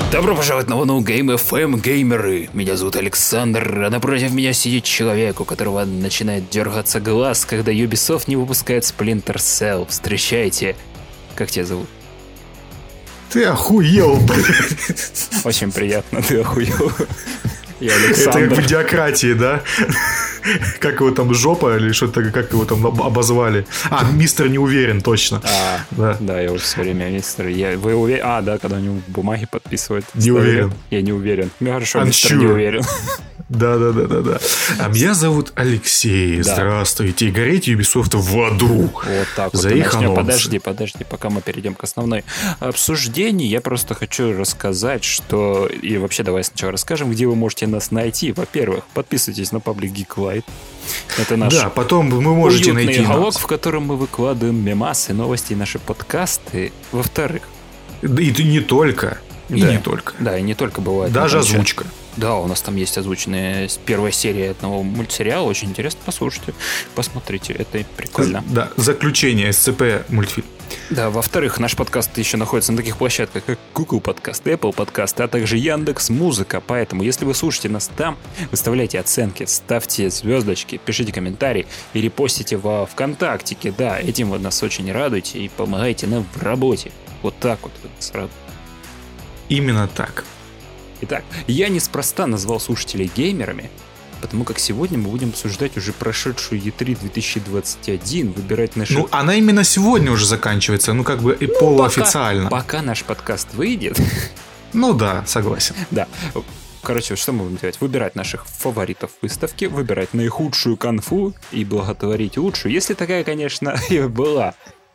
Добро пожаловать на волну Game FM, геймеры. Меня зовут Александр, а напротив меня сидит человек, у которого начинает дергаться глаз, когда Ubisoft не выпускает Splinter Cell. Встречайте. Как тебя зовут? Ты охуел, блядь. Очень приятно, ты охуел. Я Александр. Это как в идиократии, да? Как его там, жопа или что-то, как его там обозвали? Мистер не уверен, точно. Да, я уже все время мистер. Вы уверены? Да, когда они бумаги подписывают. Не уверен. Я не уверен. Ну хорошо, мистер не уверен. Да. А меня зовут Алексей. Да. Здравствуйте. И гореть Ubisoft в аду. Вот так за вот. их анонсы. Подожди, пока мы перейдем к основной обсуждению. Я просто хочу рассказать, что... И вообще давай сначала расскажем, где вы можете нас найти. Во-первых, подписывайтесь на паблик Geeklight. Это наш потом вы можете уютный найти уголок, нас, в котором мы выкладываем мемасы, новости и наши подкасты. Во-вторых... И не только. И не только. Да, и не только бывает. Даже озвучка. Да, у нас там есть озвученная первая серия одного мультсериала. Очень интересно, послушайте. Посмотрите, это прикольно. Да, заключение СЦП мультфильм. Да, во-вторых, наш подкаст еще находится на таких площадках, как Google подкасты, Apple подкасты, а также Яндекс.Музыка. Поэтому, если вы слушаете нас там, выставляйте оценки, ставьте звездочки, пишите комментарии и репостите во ВКонтактике. Да, этим вы нас очень радуете и помогаете нам в работе. Вот так вот вы нас радуете. Именно так. Итак, я неспроста назвал слушателей геймерами, потому как сегодня мы будем обсуждать уже прошедшую E3 2021, выбирать наши... Ну, она именно сегодня уже заканчивается, как бы и полуофициально. Пока наш подкаст выйдет. Ну да, согласен. Да. Короче, что мы будем делать? Выбирать наших фаворитов выставки, выбирать наихудшую конфу и благотворить лучшую, если такая, конечно, и была.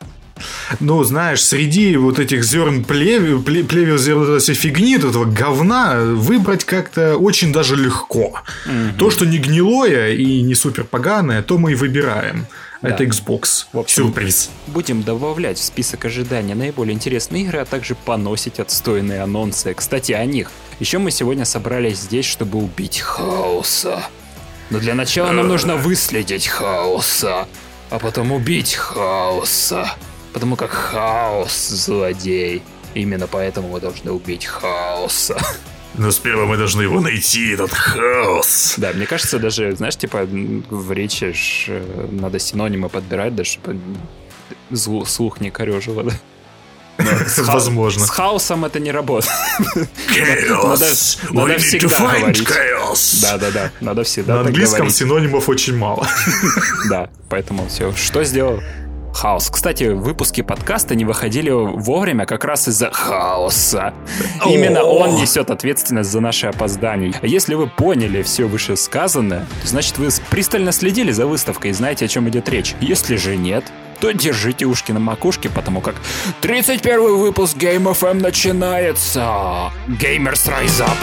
Ну, знаешь, среди вот этих зерн плевел зерн всей фигни, этого говна, выбрать как-то очень даже легко. То, что не гнилое и не супер поганое, то мы и выбираем. Да. Это Xbox. В общем, сюрприз. Будем добавлять в список ожидания наиболее интересные игры, а также поносить отстойные анонсы. Кстати, о них. Еще мы сегодня собрались здесь, чтобы убить Хаоса. Но для начала нам нужно выследить Хаоса, а потом убить Хаоса. Потому как Хаос злодей. Именно поэтому мы должны убить Хаоса. Но сперва мы должны его найти, этот Хаос. Да, мне кажется, даже, знаешь, типа в речи надо синонимы подбирать, даже чтобы слух не корёжило, да? Возможно. С Хаосом это не работает. Chaos. Надо всегда говорить. Да, надо всегда так говорить. На английском синонимов очень мало. Да, поэтому все. Что сделал Хаос? Кстати, выпуски подкаста не выходили вовремя как раз из-за Хаоса. Именно он несет ответственность за наши опоздания. Если вы поняли все вышесказанное, то значит вы пристально следили за выставкой и знаете, о чем идет речь. Если же нет, то держите ушки на макушке, потому как 31-й выпуск Game FM начинается. Gamers Rise Up.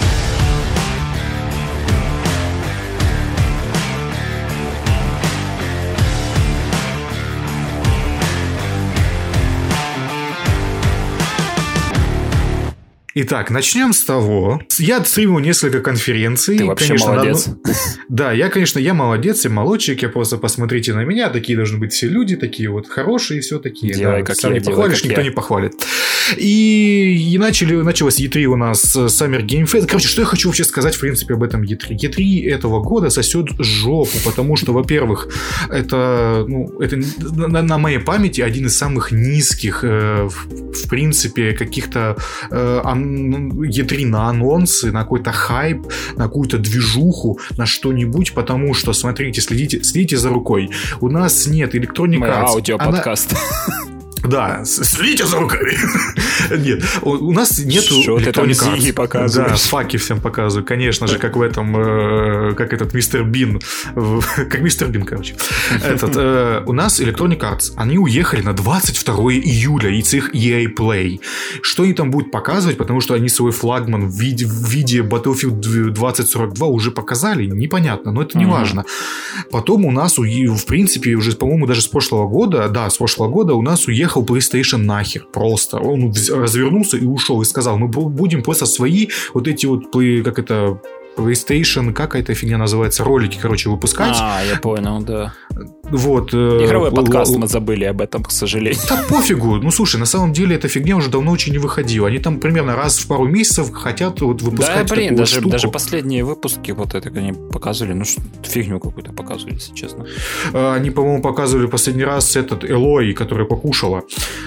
Итак, начнем с того. Я отстримил несколько конференций. Ты вообще конечно, молодец. Да, я молодец, я молодчик, я просто посмотрите на меня, такие должны быть все люди, такие вот хорошие, все такие. Делай, да, как сам я, не похвалишь, никто не похвалит. И началось E3 у нас Summer Game Fest. Короче, что я хочу вообще сказать, в принципе, об этом E3. E3 этого года сосет жопу, потому что, во-первых, это на моей памяти один из самых низких, в принципе, каких-то E3 на анонсы, на какой-то хайп, на какую-то движуху, на что-нибудь, потому что, смотрите, следите за рукой. У нас нет Electronic Arts. Аудиоподкаст. Да, следите за руками. Нет, у нас нету Что ты там Зиги показываешь? Да, факи всем показываю, конечно же, как в этом, как этот Мистер Бин. Как Мистер Бин, короче. У нас Electronic Arts, они уехали на 22 июля, и с их EA Play. Что они там будут показывать, потому что они свой флагман в виде Battlefield 2042 уже показали, непонятно, но это не важно. Потом у нас, в принципе, уже, по-моему, даже с прошлого года у нас уехал PlayStation нахер просто. Он развернулся и ушел и сказал, мы будем просто свои вот эти вот, как это, PlayStation, как эта фигня называется, ролики, короче, выпускать. Я понял, да. Вот. Игровой подкаст, мы забыли об этом, к сожалению. Да пофигу. Ну, слушай, на самом деле эта фигня уже давно очень не выходила. Они там примерно раз в пару месяцев хотят вот выпускать такую штуку. Даже последние выпуски вот это они показывали, ну, фигню какую-то показывали, если честно. Они, по-моему, показывали последний раз этот Элой, который покушала.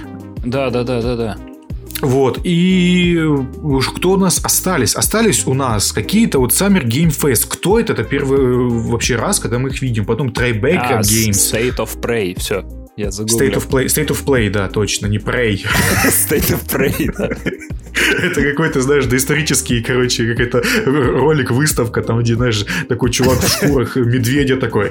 Да. Вот, и кто у нас остались? Остались у нас какие-то вот Summer Game Fest. Кто это? Это первый вообще раз, когда мы их видим. Потом Tribeca Games. State of Play, все. Я загуглил. State of Play, да, точно, не Prey. State of Play, да. Это какой-то, знаешь, доисторический, короче, какой-то ролик, выставка, там, где, знаешь, такой чувак в шкурах медведя такой.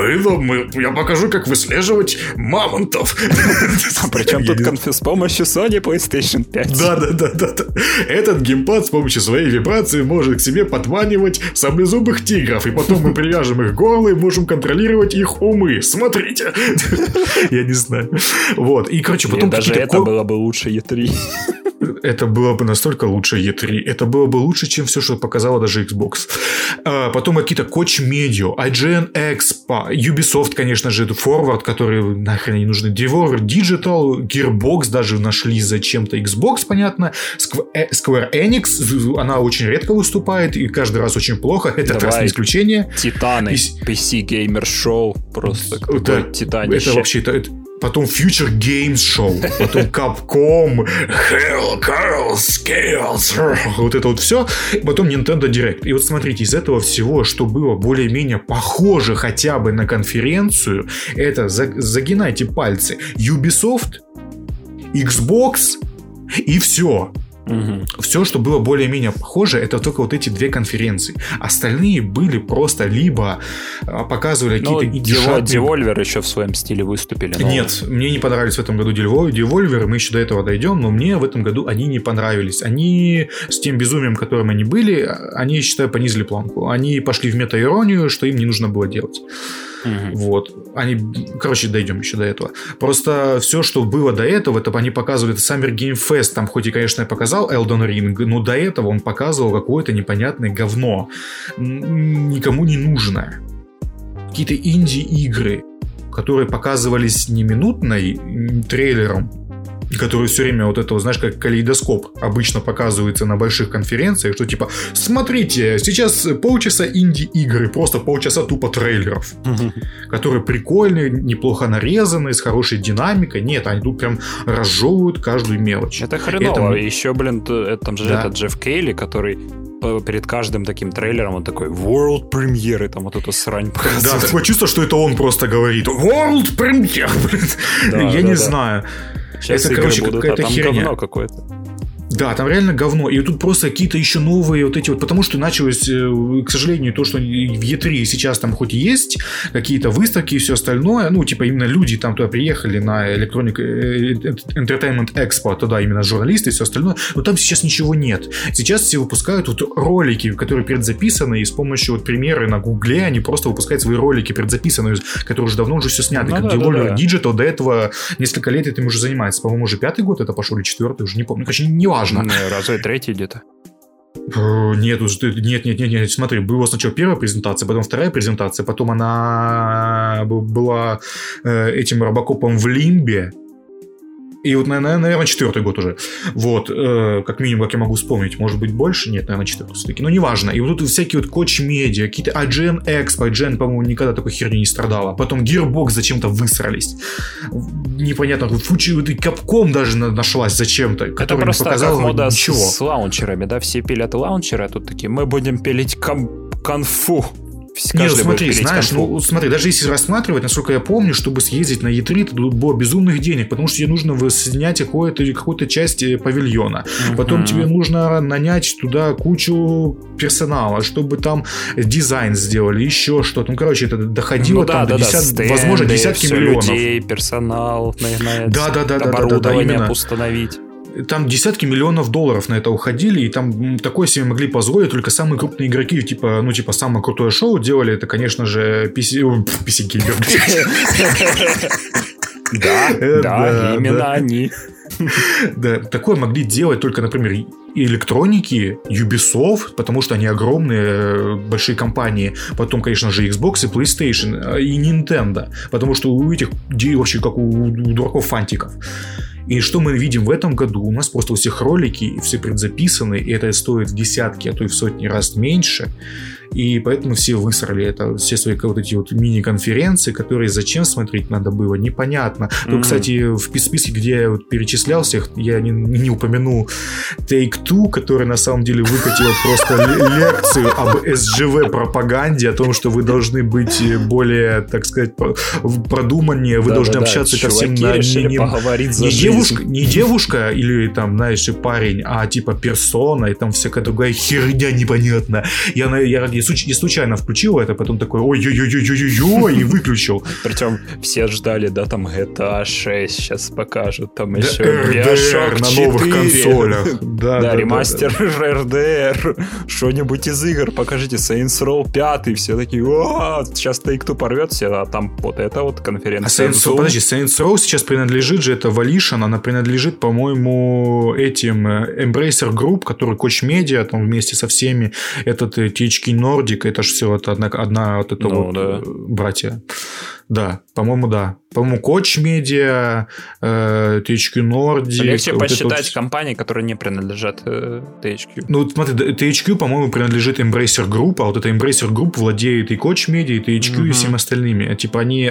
Я покажу, как выслеживать мамонтов. Причем тут с помощью Sony PlayStation 5. Да. Этот геймпад с помощью своей вибрации может к себе подманивать саблезубых тигров, и потом мы привяжем их к горлу и можем контролировать их умы. Смотрите. Я не знаю. Вот. И, короче, потом даже это было бы лучше E3. Это было бы настолько лучше E3. Это было бы лучше, чем все, что показала даже Xbox. Потом какие-то Koch Media, IGN Expo, Ubisoft, конечно же, Forward, которые нахрен не нужны, Devolver Digital, Gearbox даже нашли зачем-то, Xbox, понятно, Square Enix, она очень редко выступает и каждый раз очень плохо. Этот раз не исключение. Титаны, PC Gamer Show, просто какое титанище. Это вообще-то... Потом Future Games Show, потом Capcom, Hell, Carl, Scales, вот это вот все, потом Nintendo Direct. И вот смотрите, из этого всего, что было более-менее похоже хотя бы на конференцию, это, загинайте пальцы, Ubisoft, Xbox и все. Все, что было более-менее похоже, это только вот эти две конференции. Остальные были просто либо показывали какие-то идиотные... Devolver еще в своем стиле выступили. Но... Нет, мне не понравились в этом году Devolver, мы еще до этого дойдем, но мне в этом году они не понравились. Они с тем безумием, которым они были, они, считаю, понизили планку. Они пошли в мета-иронию, что им не нужно было делать. Вот. Короче, дойдем еще до этого. Просто все, что было до этого, это они показывали это Summer Game Fest. Там хоть и, конечно, я показал Elden Ring, но до этого он показывал какое-то непонятное говно. Никому не нужное. Какие-то инди-игры, которые показывались не минутной трейлером, который все время вот это, знаешь, как калейдоскоп обычно показывается на больших конференциях, что типа, смотрите, сейчас полчаса инди-игры, просто полчаса тупо трейлеров, которые прикольные, неплохо нарезаны, с хорошей динамикой. Нет, они тут прям разжевывают каждую мелочь. Это хреново. Еще, блин, там же этот Джефф Кейли, который перед каждым таким трейлером он такой World Premiere, там вот эту срань показывает. Да, такое чувство, что это он просто говорит World Premiere, блин. Я не знаю. Сейчас это, короче, какая-то херня. Говно какое-то. Да, там реально говно. И тут просто какие-то еще новые вот эти вот... Потому что началось, к сожалению, то, что в E3 сейчас там хоть и есть какие-то выставки и все остальное. Ну, типа, именно люди там туда приехали на Electronic Entertainment Expo. Туда именно журналисты и все остальное. Но там сейчас ничего нет. Сейчас все выпускают вот ролики, которые предзаписаны. И с помощью вот примеры на Гугле они просто выпускают свои ролики предзаписанные, которые уже давно уже все сняты. Как Devolver Digital до этого несколько лет этим уже занимается. По-моему, уже 5-й год это пошел или 4-й, уже не помню. Короче, не важно. Разве 3-й где-то? Нет, смотри, была сначала первая презентация, потом вторая презентация, потом она была этим Робокопом в Лимбе. И вот, наверное, 4-й год уже. Вот, как минимум, как я могу вспомнить. Может быть, больше? Нет, наверное, 4-й все-таки. Но неважно. И вот тут всякие вот Koch Media, какие-то IGN Expo. IGN, по-моему, никогда такой херни не страдала. Потом Gearbox зачем-то высрались. Непонятно. Capcom даже нашлась зачем-то. Это просто как мода с лаунчерами, да? Все пилят лаунчеры, а тут такие, мы будем пилить конфу. Нет, смотри, знаешь, смотри, даже если рассматривать, насколько я помню, чтобы съездить на E3, то тут было безумных денег, потому что тебе нужно воссоединять какую-то часть павильона. Потом тебе нужно нанять туда кучу персонала, чтобы там дизайн сделали, еще что-то. Ну, короче, это доходило до возможно, десятки миллионов. Людей, персонал, оборудование установить. Там десятки миллионов долларов на это уходили, и там такое себе могли позволить только самые крупные игроки, типа самое крутое шоу делали, это, конечно же, PC Gamer. Да, именно они. Да, такое могли делать только, например, электроники, Ubisoft, потому что они огромные, большие компании. Потом, конечно же, Xbox и PlayStation, и Nintendo. Потому что у этих вообще как у дураков фантиков. И что мы видим в этом году? У нас просто у всех ролики, все предзаписаны, и это стоит в десятки, а то и в сотни раз меньше. И поэтому все высрали это, все свои вот эти вот мини-конференции, которые зачем смотреть надо было, непонятно. То, кстати, в списке, где я вот перечислял всех, я не упомянул Take-Two, который на самом деле выкатил просто лекцию об СЖВ-пропаганде, о том, что вы должны быть более, так сказать, продуманнее, вы должны общаться ко всем не девушка или там, знаешь, парень, а типа персона и там всякая другая херня непонятная. Я случайно включил это, потом такой ой-ой-ой-ой-ой-ой и выключил. Причем все ждали, да, там GTA 6 сейчас покажут, там еще RDR на новых консолях. Да, ремастер RDR, что-нибудь из игр, покажите, Saints Row 5, все такие, сейчас Take-Two порвется, а там вот эта вот конференция. Подожди, Saints Row сейчас принадлежит же, это Volition, она принадлежит, по-моему, этим Embracer Group, который Koch Media, там вместе со всеми, этот THQ Nordic, это же все это одна вот это братья. Да, по-моему, да. По-моему, Koch Media, THQ Nordic. Легче вот посчитать компании, которые не принадлежат THQ. Ну, смотри, THQ, по-моему, принадлежит Embracer Group, а вот эта Embracer Group владеет и Koch Media, и THQ, и всем остальными. Типа они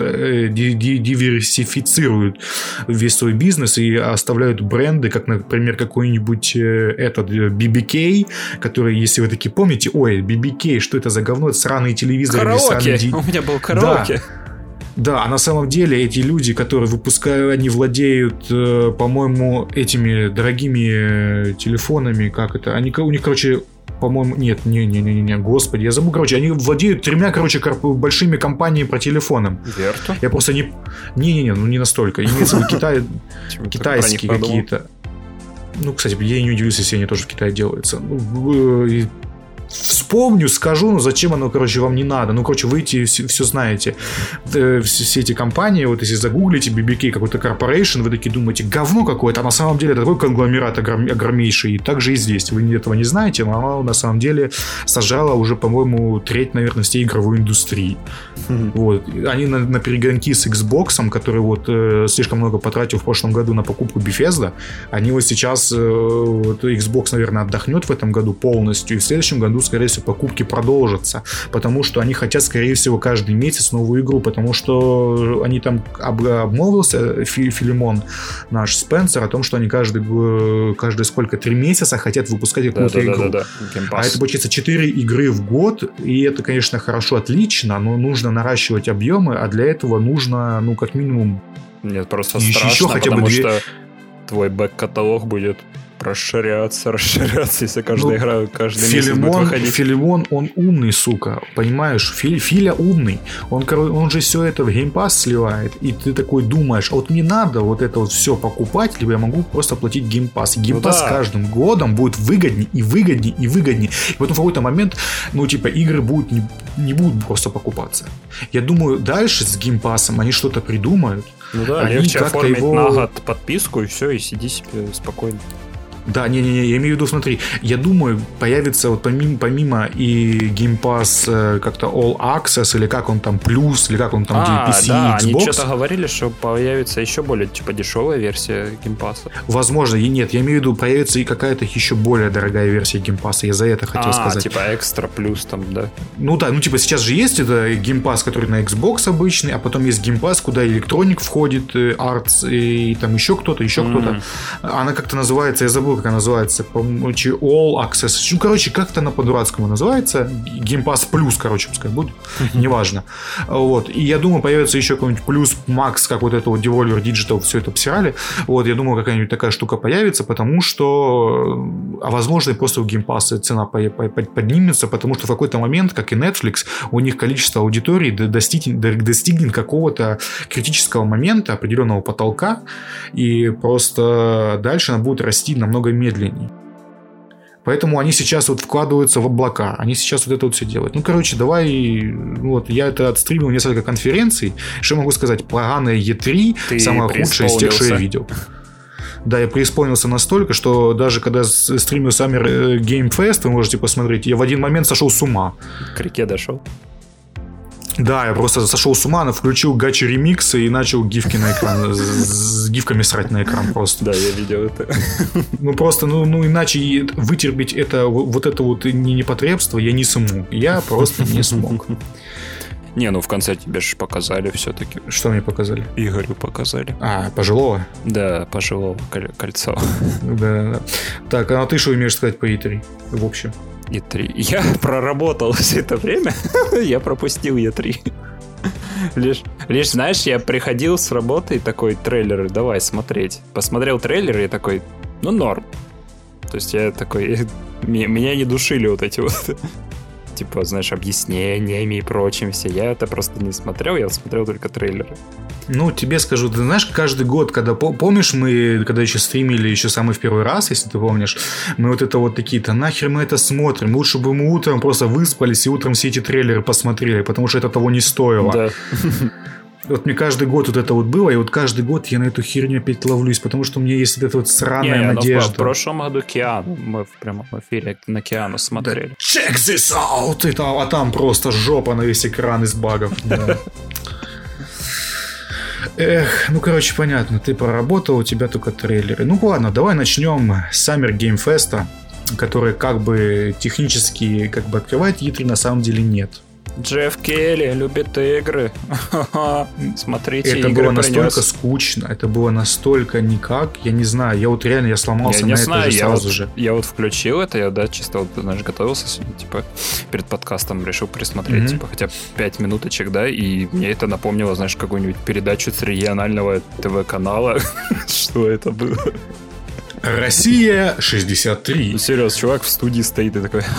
диверсифицируют весь свой бизнес и оставляют бренды, как, например, какой-нибудь этот BBK, который, если вы таки помните, BBK, что это за говно? Это сраные телевизоры. Караоке! У меня был караоке. Да. Да, а на самом деле эти люди, которые выпускают, они владеют, по-моему, этими дорогими телефонами, как это? У них, короче, по-моему, нет, не, господи, я забыл, короче, они владеют 3, короче, большими компаниями по телефонам. Верту? Я просто не... Не настолько. Имеется в виду китайские какие-то. Ну, кстати, я не удивлюсь, если они тоже в Китае делаются. Вспомню, скажу, но зачем оно, короче, вам не надо. Ну, короче, вы все знаете. Все эти компании, вот если загуглите BBK какой-то corporation, вы такие думаете, говно какое-то, а на самом деле это такой конгломерат огромнейший. И так же и здесь. Вы этого не знаете, но оно на самом деле сажало уже, по-моему, треть, наверное, всей игровой индустрии. Вот. Они на перегонки с Xbox, который вот слишком много потратил в прошлом году на покупку Bethesda, они вот сейчас Xbox, наверное, отдохнет в этом году полностью, и в следующем году, скорее всего, покупки продолжатся, потому что они хотят, скорее всего, каждый месяц новую игру, потому что они там обмолвился, Филимон наш Спенсер, о том, что они каждые сколько, 3 месяца хотят выпускать какую-то игру. А это получается 4 игры в год, и это, конечно, хорошо, отлично, но нужно наращивать объемы, а для этого нужно, ну, как минимум... Нет, просто страшно, еще хотя потому что твой бэк-каталог будет расширяться, если каждая игра каждый месяц будет выходить. Филимон, он умный, сука, понимаешь? Филя умный. Он же все это в Game Pass сливает, и ты такой думаешь, а вот мне надо вот это вот все покупать, либо я могу просто платить Game Pass. И Game Pass с каждым годом будет выгоднее и выгоднее и выгоднее. И потом в какой-то момент, ну, типа, игры будут не будут просто покупаться. Я думаю, дальше с Game Pass они что-то придумают. Ну да, легче оформить на год подписку, и все, и сиди себе спокойно. Да, я имею в виду, смотри, я думаю, появится вот помимо и Game Pass как-то All Access, или как он там, Плюс, или как он там, где PC да, и Xbox. Они что-то говорили, что появится еще более, типа, дешевая версия Game Pass. Возможно, и нет, я имею в виду, появится и какая-то еще более дорогая версия Game Pass, я за это хотел сказать. Типа экстра плюс там, да? Ну да, ну типа сейчас же есть это Game Pass, который на Xbox обычный, а потом есть Game Pass, куда Electronic входит, Arts и там еще кто-то. Она как-то называется, я забыл, как она называется, по-моему, All Access. Ну, короче, как-то она по-дурацкому называется. Game Pass Plus, короче, пускай будет. Неважно. Вот. И я думаю, появится еще какой-нибудь Plus Max, как вот это вот Devolver Digital, все это обсирали. Вот, я думаю, какая-нибудь такая штука появится, потому что, возможно, и просто у Game Pass цена поднимется, потому что в какой-то момент, как и Netflix, у них количество аудитории достигнет какого-то критического момента, определенного потолка, и просто дальше она будет расти намного медленнее. Поэтому они сейчас вот вкладываются в облака. Они сейчас вот это вот все делают. Ну, короче, давай... Вот, я это отстримил несколько конференций. Что могу сказать? Поганая E3 самая худшая из тех, что я видел. Да, я преисполнился настолько, что даже когда стримил Summer Game Fest, вы можете посмотреть, я в один момент сошел с ума. К реке дошел? Да, я просто сошел с ума, включил гачи ремиксы и начал гифки на экран, с гифками срать на экран просто. Да, я видел это. Ну просто, ну иначе вытерпеть это вот непотребство я не смог. Я просто не смог. Не, ну в конце тебе же показали все-таки. Что мне показали? Игорю показали. А, пожилого? Да, пожилого кольцо. Да. Так, а ты что умеешь сказать по E3 в общем? E3. Я проработал все это время, я пропустил E3. Лишь, знаешь, я приходил с работы и такой, трейлеры, давай смотреть. Посмотрел трейлеры и такой, ну норм. То есть я такой, меня не душили вот эти вот, типа, знаешь, объяснениями и прочим все. Я это просто не смотрел, я смотрел только трейлеры. Ну, тебе скажу, ты знаешь, каждый год, когда, помнишь, мы, когда еще стримили, еще самый в первый раз, если ты помнишь, мы вот это вот такие-то, нахер мы это смотрим, лучше бы мы утром просто выспались и утром все эти трейлеры посмотрели, потому что это того не стоило. Да. Вот мне каждый год вот это вот было, и вот каждый год я на эту херню опять ловлюсь, потому что у меня есть вот эта вот сраная надежда. В прошлом году Киану, мы в прямом эфире на Киану смотрели. Check this out! А там просто жопа на весь экран из багов. Эх, ну короче, понятно, ты проработал, у тебя только трейлеры. Ну ладно, давай начнем с Summer Game Fest, который как бы технически как бы открывает E3, на самом деле нет. Джефф Келли любит игры. Смотрите, это игры было настолько принес. скучно, это было настолько никак, я не знаю, я вот реально я сломался на это же сразу же. Я вот включил это, я, да, чисто вот, знаешь, готовился сегодня, типа, перед подкастом решил присмотреть, типа, хотя 5 минуточек, да, и мне это напомнило, знаешь, какую-нибудь передачу с регионального ТВ-канала. Что это было? Россия 63. Ну, серьезно, чувак в студии стоит и такой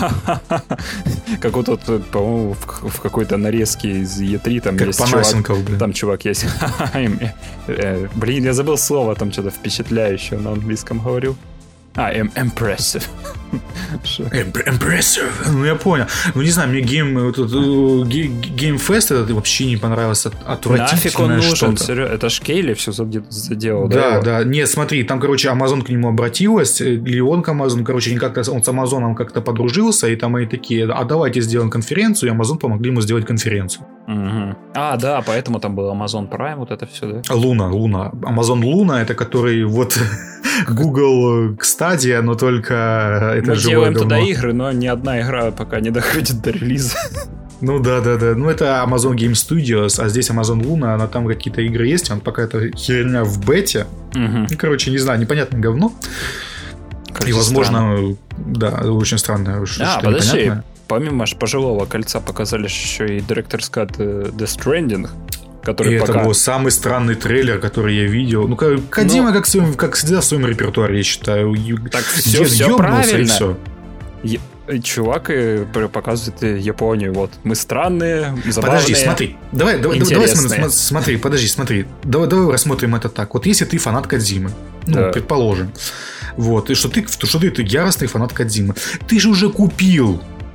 как вот тут, по-моему, в какой-то нарезке из E3 там как есть Панасенков, чувак, там чувак есть. Блин, я забыл слово, там что-то впечатляющее на английском говорил. Impressive. Impressive. Ну, я понял. Ну, не знаю, мне Game Fest этот вообще не понравился. Отвратительное нафиг он нужен, что-то. Серьезно. Это ж Кейли все заделал. Да. Нет, смотри, там, короче, Amazon к нему обратилась, или он к Amazon, короче, он с Амазоном как-то подружился, и там они такие, а давайте сделаем конференцию, и Amazon помогли ему сделать конференцию. Угу. Да, поэтому там был Amazon Prime, вот это все, да? Луна. Amazon Луна, это который вот Google Stadia, но только это мы же делаем туда игры, но ни одна игра пока не доходит до релиза. Ну да. Ну это Amazon Game Studios, а здесь Amazon Luna, она там какие-то игры есть, он пока это херня в бете. Ну, короче, не знаю, непонятное говно. И, возможно, странно. Да, очень странно. Подожди, непонятное. Помимо пожилого кольца показали еще и Director's Cut Death Stranding. И это был самый странный трейлер, который я видел. Ну, Кодзима, как всегда, в своем репертуаре, я считаю. Так все правильно. Чувак показывает Японию. Вот, мы странные, забавные. Подожди, смотри. Давай смотри, подожди. Давай рассмотрим это так. Вот если ты фанат Кодзимы, ну, предположим, вот, и что ты яростный фанат Кодзимы, ты же уже купил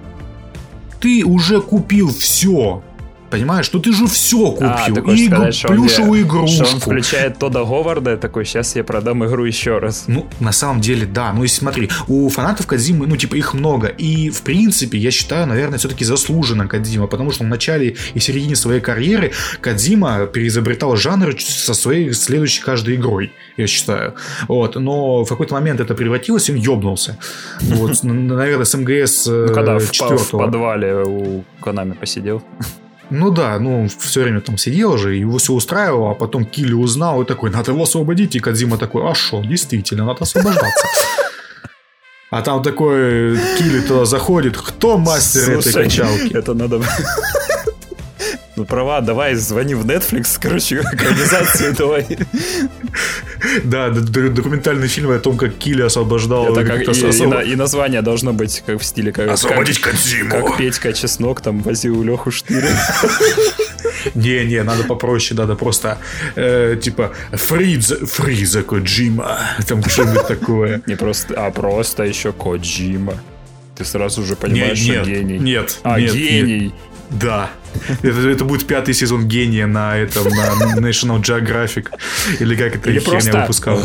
все. Понимаешь, что ты же все купил. И плюшевую игрушку. Что он включает Тодда Говарда, такой, сейчас я продам игру еще раз. Ну, на самом деле, да. Ну, и смотри, у фанатов Кодзимы, ну, типа, их много. И, в принципе, я считаю, наверное, все-таки заслуженно Кодзима, потому что в начале и середине своей карьеры Кодзима переизобретал жанр со своей следующей каждой игрой, я считаю. Вот. Но в какой-то момент это превратилось, и он ёбнулся. Вот, наверное, с МГС 4. Когда в подвале у Konami посидел. Ну да, все время там сидел же, его все устраивало, а потом Килли узнал и такой, надо его освободить, и Кодзима такой, а шо, действительно, надо освобождаться. А там такой Килли туда заходит, кто мастер этой качалки? Это надо... Ну, права, давай, звони в Netflix, короче, экранизацию давай. Да, документальный фильм о том, как Килли освобождал. И название должно быть как в стиле... Освободить Кодзиму. Как Петька Чеснок там возил Леху Штыря. Не, надо попроще, надо просто типа Фриза Коджима. Там что-нибудь такое. Не просто, просто еще Коджима. Ты сразу же понимаешь, что гений. Нет. Гений. Да. Это будет 5-й сезон Гения на этом, на National Geographic. Или как это херня выпускала.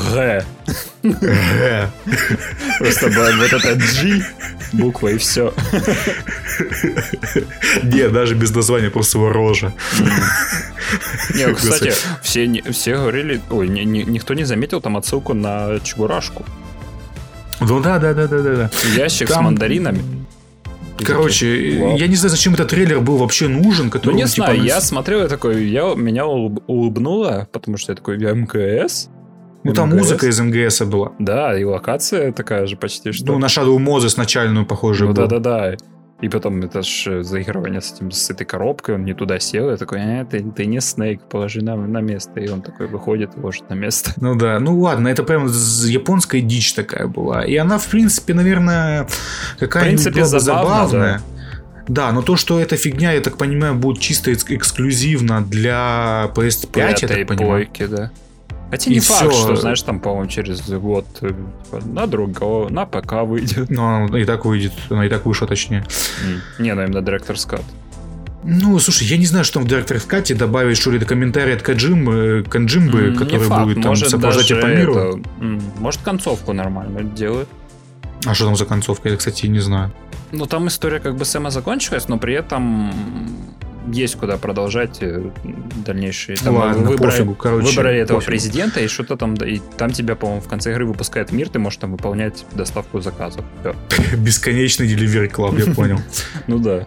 Просто вот это G буква и все. Не, даже без названия, просто его рожа. Не, кстати, все говорили... Ой, никто не заметил там отсылку на Чебурашку. Ну да. Ящик с мандаринами. Короче, я не знаю, зачем этот трейлер был вообще нужен. Ну не знаю, я смотрел, я такой, меня улыбнуло, потому что я такой, МКС? Ну там музыка из МГС была. Да, и локация такая же почти что. Ну на Shadow Moses начальную похожую. Ну да. И потом это ж заигрывание с этой коробкой, он не туда сел, я такой, ты не Снейк, положи на место. И он такой выходит и ложит на место. Ну да, ну ладно, это прям японская дичь такая была. И она, в принципе, наверное, какая-нибудь была бы забавная. Да, но то, что эта фигня, я так понимаю, будет чисто эксклюзивно для PS5, я так понимаю. Плойки, да. Хотя не факт, что, знаешь, там, по-моему, через год на другого, на ПК выйдет. Ну, она и так выйдет, она и так вышла, точнее. Не, ну именно Director's Cut. Ну, слушай, я не знаю, что там в Director's Cut добавить, что ли, это комментарий от Коджимбы, который будет там сопровождать тебя по миру. Может, концовку нормально делают. А что там за концовка, я, кстати, не знаю. Ну, там история как бы Сэма закончилась, но при этом есть куда продолжать дальнейшие. Там ладно, пофигу, короче. Выбрали этого президента, и что-то там, и там тебя, по-моему, в конце игры выпускает мир, ты можешь там выполнять доставку заказов. Бесконечный Delivery Club, я понял. Ну да.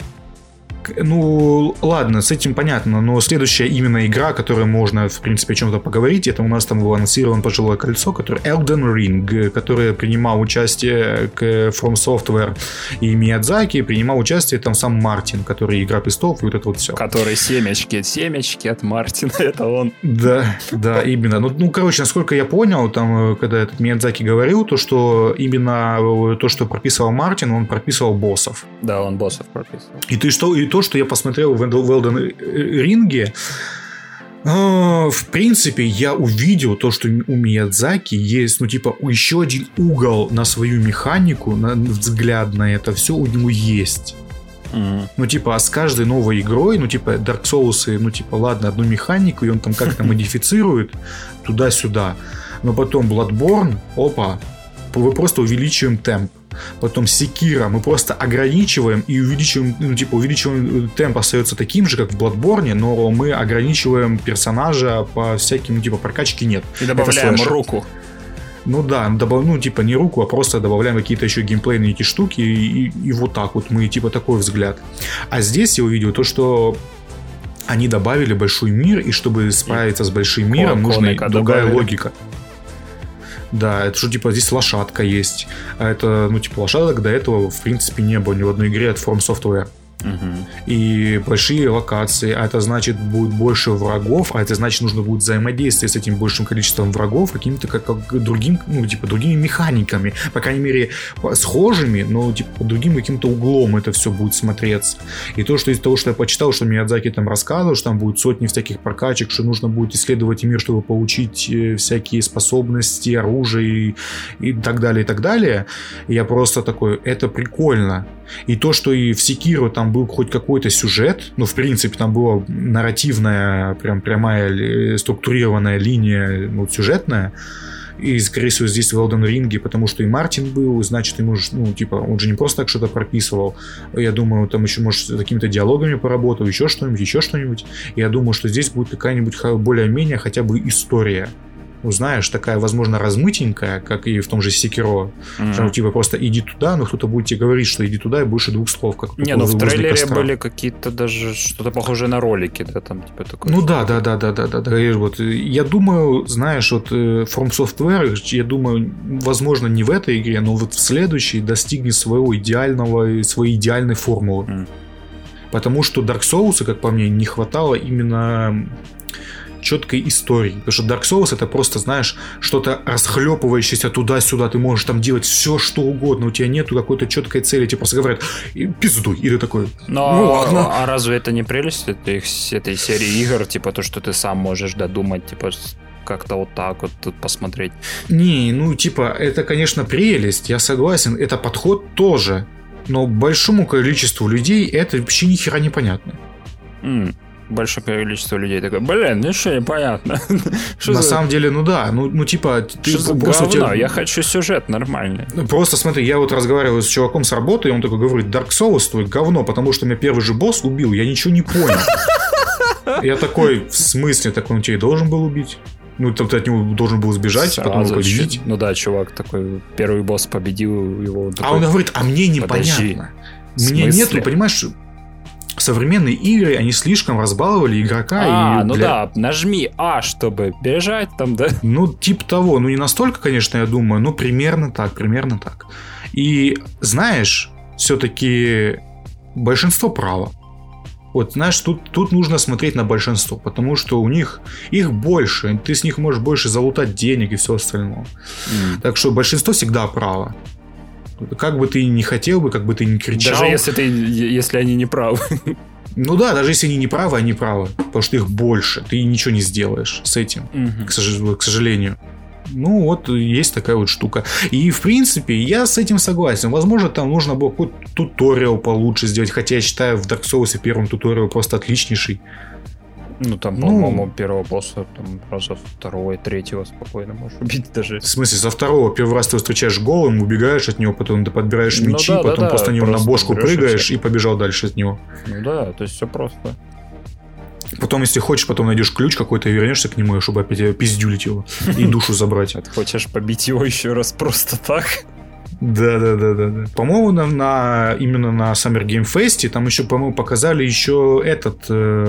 Ну, ладно, с этим понятно, но следующая именно игра, которой можно, в принципе, о чем-то поговорить, это у нас там было анонсировано пожилое кольцо, которое Elden Ring, которое принимал участие From Software и Миядзаки, принимал участие там сам Мартин, который Игра престолов и вот это вот все. Который семечки от Мартина, это он. Да, именно. Ну, короче, насколько я понял, там, когда этот Миядзаки говорил, то, что именно то, что прописывал Мартин, он прописывал боссов. Да, он боссов прописывал. И то, что я посмотрел в Elden Ring, в принципе, я увидел то, что у Миядзаки есть, ну, типа, еще один угол на свою механику, на взгляд на это все у него есть. Ну, типа, а с каждой новой игрой, ну, типа, Dark Souls, ну, типа, ладно, одну механику, и он там как-то модифицирует туда-сюда. Но потом Bloodborne, опа, мы просто увеличиваем темп. Потом Sekiro мы просто ограничиваем и увеличиваем, ну, типа, увеличиваем, темп остается таким же, как в Bloodborne, но мы ограничиваем персонажа по всяким, ну, типа, прокачки нет. И добавляем руку. Ну да, ну, типа, не руку, а просто добавляем какие-то еще геймплейные эти штуки, и вот так вот мы, типа, такой взгляд. А здесь я увидел то, что они добавили большой мир, и чтобы справиться с большим миром, нужна другая логика. Да, это что, типа, здесь лошадка есть. А это, ну, типа, лошадок до этого, в принципе, не было ни в одной игре от From Software. И большие локации, а это значит будет больше врагов, а это значит нужно будет взаимодействовать с этим большим количеством врагов какими-то как другим, ну, типа, другими механиками, по крайней мере схожими, но типа под другим каким-то углом это все будет смотреться. И то, что из того, что я почитал, что Миядзаки там рассказывал, что там будет сотни всяких прокачек, что нужно будет исследовать мир, чтобы получить всякие способности, оружие и так далее, я просто такой, это прикольно. И то, что и в Sekiro там был хоть какой-то сюжет, ну, в принципе, там была нарративная, прям прямая, структурированная линия, ну, сюжетная, и, скорее всего, здесь в Elden Ring, потому что и Мартин был, значит, ему, ну, типа, он же не просто так что-то прописывал, я думаю, там еще, может, с какими-то диалогами поработал, еще что-нибудь, я думаю, что здесь будет какая-нибудь более-менее хотя бы история. Ну, знаешь, такая, возможно, размытенькая, как и в том же Sekiro. Что, типа, просто иди туда, но кто-то будет тебе говорить, что иди туда, и больше двух слов. Как не, ну в трейлере костра. Были какие-то даже что-то похожее на ролики, да, там, типа, такое. Ну да. Вот, я думаю, знаешь, вот From Software, я думаю, возможно, не в этой игре, но вот в следующей достигнет своей идеальной формулы. Потому что Dark Souls, как по мне, не хватало именно четкой истории. Потому что Dark Souls это просто, знаешь, что-то расхлепывающееся туда-сюда. Ты можешь там делать все, что угодно. У тебя нету какой-то четкой цели. Тебе просто говорят, пиздуй. И ты такой, ну ладно. А разве это не прелесть этой серии игр? Типа то, что ты сам можешь додумать, типа как-то вот так вот тут посмотреть. Не, ну типа это, конечно, прелесть. Я согласен. Это подход тоже. Но большому количеству людей это вообще ни хера не понятно. Большое количество людей такое, ничего непонятно. На самом деле, да. Типа, ты что за говно? Я хочу сюжет нормальный. Просто смотри, я вот разговариваю с чуваком с работы, и он такой говорит: Dark Souls твой говно, потому что меня первый же босс убил, я ничего не понял. Я такой, в смысле? Он тебя и должен был убить? Ты от него должен был сбежать, потом его победить. Чувак такой, первый босс победил его. Он говорит, мне непонятно. Мне нету, понимаешь... Современные игры, они слишком разбаловали игрока. Нажми А, чтобы бежать там, да? Типа того. Не настолько, конечно, я думаю, примерно так. И, знаешь, все-таки большинство право. Вот, знаешь, тут нужно смотреть на большинство, потому что у них их больше, ты с них можешь больше залутать денег и все остальное. Так что большинство всегда право. Как бы ты ни хотел бы, как бы ты ни кричал. Даже если они не правы. Даже если они не правы, они правы. Потому что их больше. Ты ничего не сделаешь с этим, к сожалению. Есть такая вот штука. И, в принципе, я с этим согласен. Возможно, там нужно было какой-то туториал получше сделать. Хотя я считаю, в Dark Souls первым туториал просто отличнейший. По-моему, первого босса там раза второго и третьего спокойно можешь убить даже. В смысле, со второго первый раз ты встречаешь голым, убегаешь от него, потом ты подбираешь мечи, потом просто на него на бошку прыгаешь и побежал дальше от него. То есть все просто. Потом, если хочешь, потом найдешь ключ какой-то и вернешься к нему, чтобы опять пиздюлить его и душу забрать. А ты хочешь побить его еще раз просто так? Да. По-моему, именно на Summer Game Fest там еще, по-моему, показали еще этот...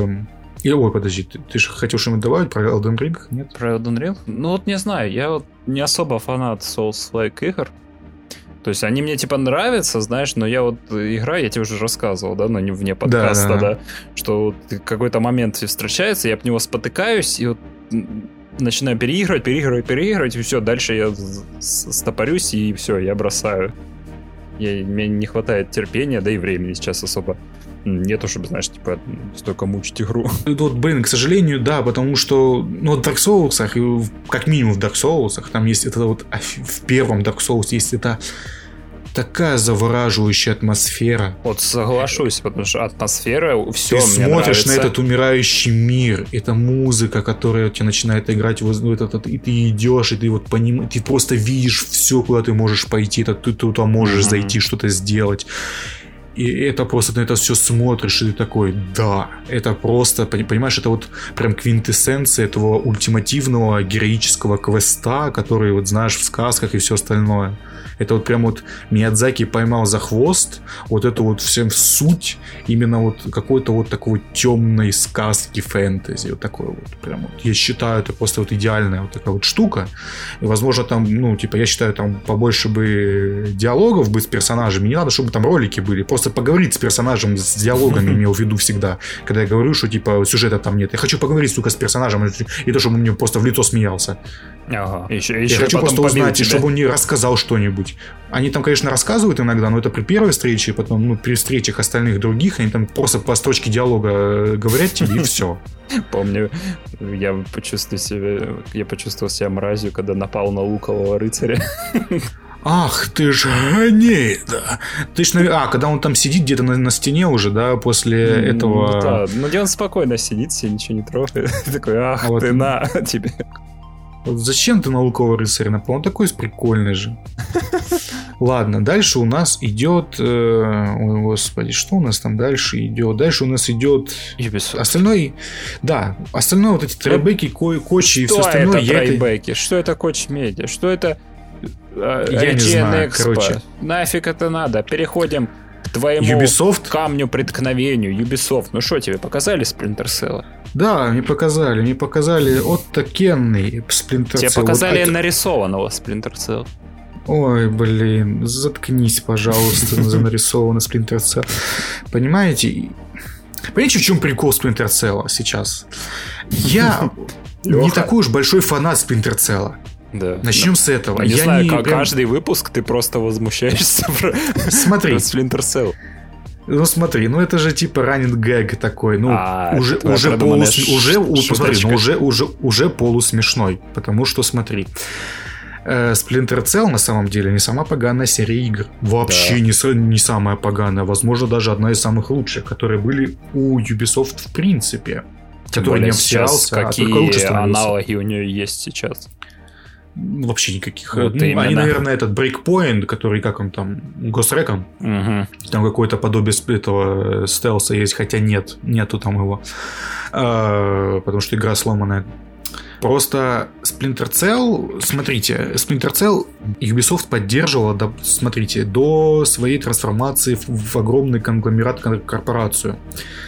Ой, подожди, ты же хотел что-нибудь добавить про Elden Ring? Нет? Про Elden Ring? Не знаю, я не особо фанат Souls-like игр. То есть они мне нравятся, знаешь, но я играю, я тебе уже рассказывал, да, но не вне подкаста, да, что какой-то момент встречается, я об него спотыкаюсь и начинаю переигрывать, и все, дальше я стопорюсь, и все, я бросаю. Мне не хватает терпения, да и времени сейчас особо нету, чтобы, знаешь, столько мучить игру. К сожалению, да, потому что в Dark Souls, как минимум в Dark Souls, там есть это в первом Dark Souls есть это такая завораживающая атмосфера. Соглашусь, потому что атмосфера, все ты мне смотришь нравится. На этот умирающий мир, это музыка, которая у тебя начинает играть, и ты идешь, и ты понимаешь, ты просто видишь все, куда ты можешь пойти, ты туда можешь зайти, что-то сделать. И это просто на это все смотришь, и ты такой, да, это просто, понимаешь, это прям квинтэссенция этого ультимативного героического квеста, который, знаешь, в сказках и все остальное. Это прям Миядзаки поймал за хвост эту всем суть именно какой-то такой темной сказки фэнтези. Такой прям я считаю, это просто идеальная такая штука. И, возможно, там, я считаю, там побольше бы диалогов бы с персонажами. Не надо, чтобы там ролики были. Просто поговорить с персонажем, с диалогами имел в виду всегда. Когда я говорю, что сюжета там нет. Я хочу поговорить, с персонажем, и то, чтобы он мне просто в лицо смеялся. Ага. Я хочу просто узнать, чтобы он мне рассказал что-нибудь. Они там, конечно, рассказывают иногда, но это при первой встрече, потом при встречах остальных других, они там просто по строчке диалога говорят тебе, и все. Помню, я почувствовал себя мразью, когда напал на лукового рыцаря. Ах, ты ж гнида. Ты ж, когда он там сидит где-то на стене уже, да, после этого... Да, где он спокойно сидит, себе ничего не трогает. Такой, ах ты, на тебе. Зачем ты на лукового рыцаря напал? Он такой прикольный же. Ладно, дальше у нас идет... Ой, господи, что у нас там дальше идет? Дальше у нас идет... Остальное... Да, остальное эти трайбеки, кочи и все остальное... Что это трайбеки? Что это коч-медиа? Что это... Я не знаю, короче. Нафиг это надо? Переходим к твоему камню преткновению. Ubisoft, что тебе показали Splinter Cell? Да, мне показали оттакенный Splinter Cell. Тебе показали нарисованного Splinter Cell. Ой, блин, заткнись, пожалуйста, за нарисованный Splinter Cell. Понимаете, в чем прикол Splinter Cell сейчас? Я не такой уж большой фанат Splinter Cell. Да. Начнем с этого. Я знаю, каждый выпуск ты просто возмущаешься про Splinter Cell. Смотри, это же типа running gag такой, уже полусмешной, потому что смотри, Splinter Cell на самом деле не самая поганая серия игр. Вообще не самая поганая. Возможно, даже одна из самых лучших, которые были у Ubisoft в принципе. Который не обсирался, а только лучше становился. Аналоги у нее есть сейчас? Вообще никаких. Вот они, наверное, этот Breakpoint, который, как он там, Ghost Recon, там какое-то подобие этого стелса есть, хотя нету там его, потому что игра сломанная. Просто Splinter Cell, смотрите, Splinter Cell Ubisoft поддерживала, смотрите, до своей трансформации в огромный конгломерат, корпорацию.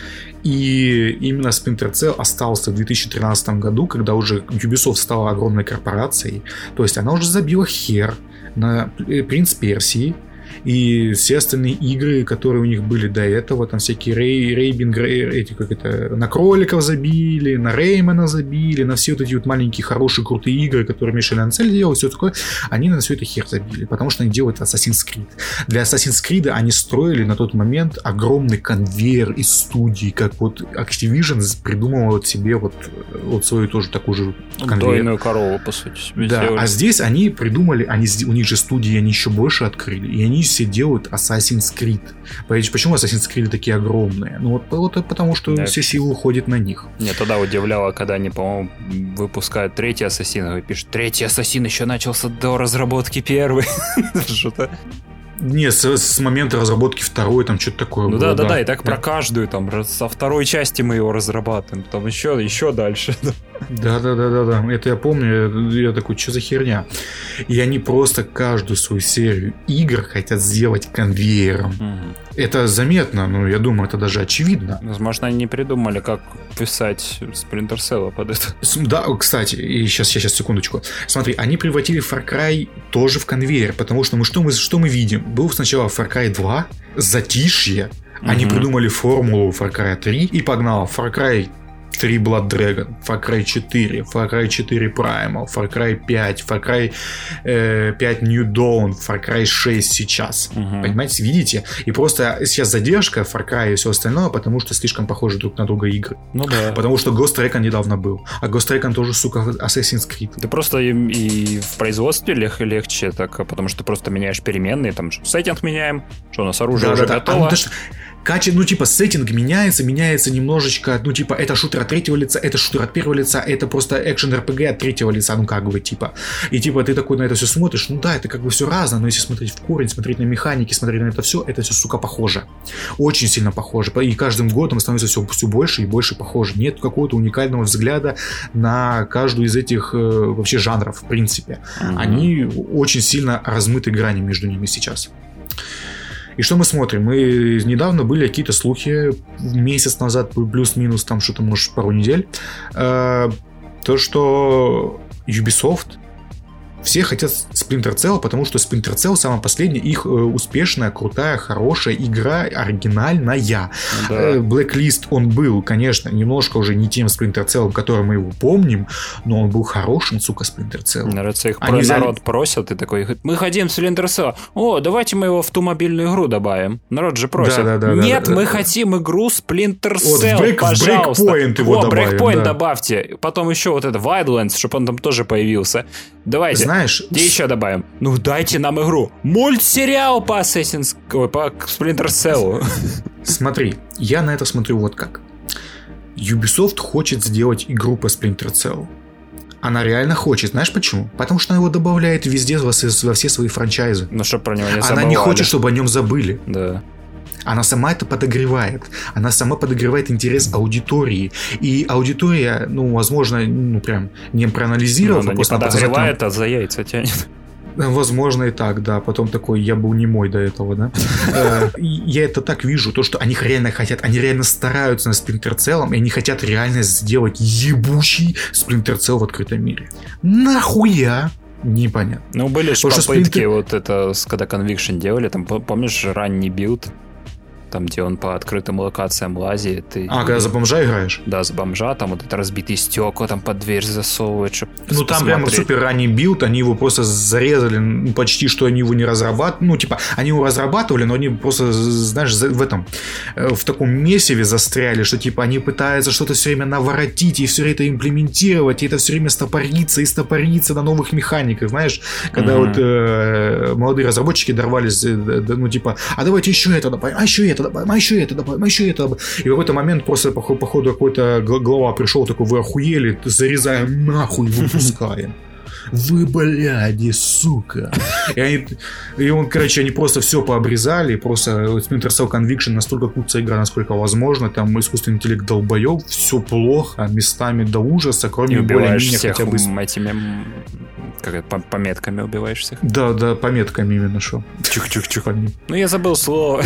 И именно Splinter Cell остался в 2013 году, когда уже Ubisoft стала огромной корпорацией. То есть она уже забила хер на Принц Персии и все остальные игры, которые у них были до этого, там всякие рейбинг, эти как это, на кроликов забили, на Реймана забили, на все вот эти вот маленькие хорошие крутые игры, которые Мишель Анцель делал, все такое, они на все это хер забили, потому что они делают Assassin's Creed. Для Assassin's Creed они строили на тот момент огромный конвейер из студий, как вот Activision придумал вот себе вот свою тоже такую же конвейер. Дойную корову, по сути. Да, сделали. А здесь они придумали, у них же студии, они еще больше открыли, и они все делают Assassin's Creed. Почему Assassin's Creed такие огромные? Ну вот потому, что все силы уходят на них. Меня тогда удивляло, когда они, по-моему, выпускают третий Ассасин, и пишут, третий Ассасин еще начался до разработки первый. Что-то... Не, с момента разработки второй, там что-то такое было. Да, и так про каждую, там, со второй части мы его разрабатываем, там еще дальше. Да, это я помню, я такой, что за херня? И они просто каждую свою серию игр хотят сделать конвейером. Это заметно, но я думаю, это даже очевидно. Возможно, они не придумали, как писать Splinter Cell под это. Да, кстати, и сейчас секундочку. Смотри, они превратили Far Cry тоже в конвейер, потому что что мы видим? Был сначала Far Cry 2, затишье, они придумали формулу Far Cry 3 и погнал Far Cry 3 Blood Dragon, Far Cry 4, Far Cry 4 Primal, Far Cry 5, Far Cry 5 New Dawn, Far Cry 6 сейчас. Понимаете, видите? И просто сейчас задержка Far Cry и все остальное, потому что слишком похожи друг на друга игры. Ну да. Потому что Ghost Recon недавно был. А Ghost Recon тоже, сука, Assassin's Creed. Ты просто и в производстве легче, так, потому что ты просто меняешь переменные, там сеттинг меняем, что у нас оружие уже готово. Сеттинг меняется немножечко, это шутер от третьего лица, это шутер от первого лица, это просто экшен-РПГ от третьего лица, И ты такой на это все смотришь, это как бы все разное, но если смотреть в корень, смотреть на механики, смотреть на это все, сука, похоже. Очень сильно похоже. И каждым годом становится все больше и больше похоже. Нет какого-то уникального взгляда на каждую из этих вообще жанров, в принципе. Они очень сильно размыты грани между ними сейчас. И что мы смотрим? Мы недавно были какие-то слухи, месяц назад, плюс-минус, там что-то, может, пару недель, то, что Ubisoft все хотят Splinter Cell, потому что Splinter Cell самая последняя их успешная, крутая, хорошая игра, оригинальная. Да. Blacklist, он был, конечно, немножко уже не тем Splinter Cell, который мы его помним, но он был хорошим, сука, Splinter Cell. Нравится, их народ просят, и такой, мы хотим Splinter Cell, давайте мы его в ту мобильную игру добавим. Народ же просит. Нет, мы хотим игру Splinter Cell, пожалуйста. Breakpoint его добавим. Breakpoint добавьте. Потом еще вот это Wildlands, чтобы он там тоже появился. Давайте. Знаешь, где еще добавим? Дайте нам игру. Мультсериал по по Splinter Cell. Смотри, я на это смотрю вот как. Ubisoft хочет сделать игру по Splinter Cell. Она реально хочет. Знаешь почему? Потому что она его добавляет везде во все свои франчайзы. Чтобы про него не забывали. Она не хочет, чтобы о нем забыли. Да. Она сама это подогревает. Она сама подогревает интерес аудитории. И аудитория, возможно, прям не проанализировав. Она не подогревает, а за яйца тянет. Возможно и так, да. Потом такой, я был немой до этого, да. Я это так вижу, то, что они реально хотят, они реально стараются над Splinter Cell, и они хотят реально сделать ебучий Splinter Cell в открытом мире. Нахуя? Непонятно. Были же попытки, когда Conviction делали, там, помнишь, ранний билд? там, где он по открытым локациям лазит. Когда за бомжа играешь? Да, за бомжа, там вот это разбитые стекла там под дверь засовывают, чтобы там посмотреть. прямо супер ранний билд, они его просто зарезали, почти что они его не разрабатывали, они его разрабатывали, но они просто, знаешь, в таком месиве застряли, что они пытаются что-то все время наворотить и все это имплементировать, и это все время стопорится на новых механиках, знаешь, когда молодые разработчики дорвались, а давайте еще это добавим, а еще это добавим, а еще это добавим, а еще это добавим. И в какой-то момент просто, походу, какой-то глава пришел такой: вы охуели, зарезаем нахуй, выпускаем. Вы, бляди, сука. Они просто все пообрезали. Просто Splinter Cell Conviction настолько крутая игра, насколько возможно. Там искусственный интеллект долбоеб, все плохо, местами до ужаса, кроме более-менее хотя бы... этими пометками убиваешь всех. Да, пометками именно что. Чух-чух-чух. Я забыл слово.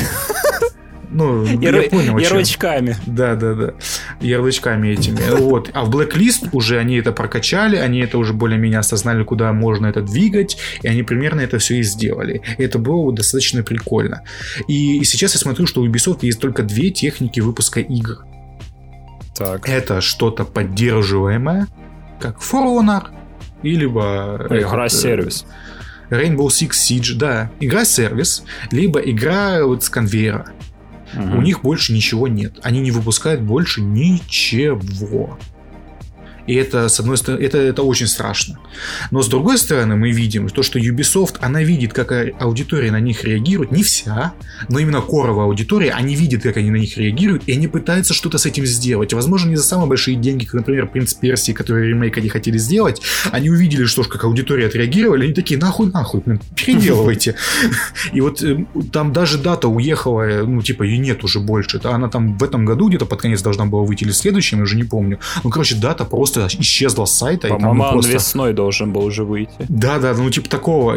Я понял. Ярлычками. Да. Ярлычками этими. Вот. А в Blacklist уже они это прокачали, они это уже более-менее осознали, куда можно это двигать, и они примерно это все и сделали. И это было достаточно прикольно. И сейчас я смотрю, что у Ubisoft есть только 2 техники выпуска игр. Так. Это что-то поддерживаемое, как For Honor, и либо... Игра-сервис. Rainbow Six Siege, да. Игра-сервис, либо игра с конвейера. У них больше ничего нет. Они не выпускают больше ничего. И это, с одной стороны, это очень страшно. Но с другой стороны, мы видим то, что Ubisoft, она видит, как аудитория на них реагирует. Не вся, но именно коровая аудитория. Они видят, как они на них реагируют, и они пытаются что-то с этим сделать. Возможно, не за самые большие деньги, как, например, «Принц Персии», который ремейк они хотели сделать. Они увидели, что как аудитория отреагировали, они такие: нахуй, переделывайте. И вот там даже дата уехала, ее нет уже больше. Она там в этом году где-то под конец должна была выйти, или в следующем, я уже не помню. дата просто исчезла с сайта. По-моему, он весной должен был уже выйти. Да, такого,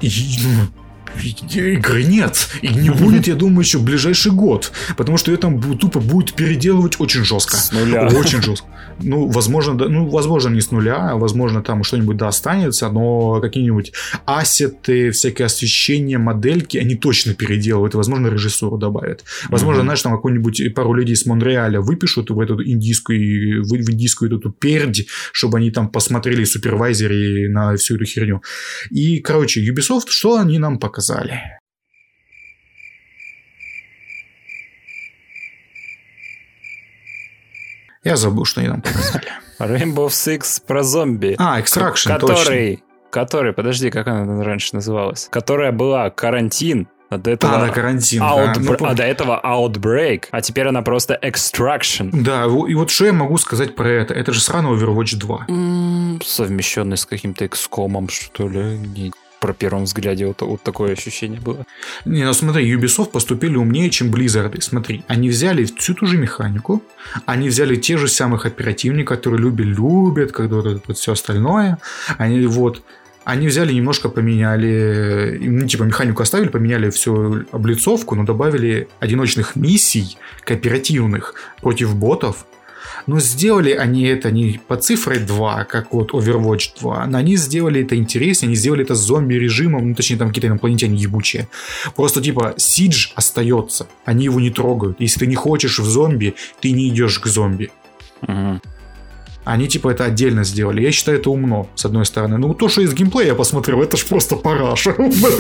игры нет. И не будет, я думаю, еще в ближайший год. Потому что ее там тупо будет переделывать очень жестко. С нуля. Очень жестко. Возможно, не с нуля, возможно, там что-нибудь останется, но какие-нибудь ассеты, всякое освещение, модельки, они точно переделывают. И, возможно, режиссуру добавят. Возможно, знаешь, там какую-нибудь пару людей с Монреаля выпишут в эту индийскую эту пердь, чтобы они там посмотрели супервайзеры на всю эту херню. И, короче, Ubisoft, что они нам показали? Я забыл, что они нам показали. Rainbow Six про зомби. Extraction, точно. Который, подожди, как она раньше называлась? Которая была карантин. А до этого карантин. До этого Outbreak, а теперь она просто Extraction. Да, и вот что я могу сказать про это? Это же сраный Overwatch 2. Совмещенный с каким-то XCOM, что ли? Про первом взгляде вот такое ощущение было. Смотри, Ubisoft поступили умнее, чем Blizzard. Смотри, они взяли всю ту же механику, они взяли те же самых оперативников, которые любят, когда вот все остальное. Они взяли, немножко поменяли, механику оставили, поменяли всю облицовку, но добавили одиночных миссий кооперативных против ботов. Но сделали они это не по цифре 2, как вот Overwatch 2, но они сделали это интереснее, они сделали это с зомби-режимом, точнее, там какие-то инопланетяне ебучие. Просто Сидж остается, они его не трогают. Если ты не хочешь в зомби, ты не идешь к зомби. Они это отдельно сделали. Я считаю, это умно, с одной стороны. То, что из геймплея я посмотрел, это ж просто параша.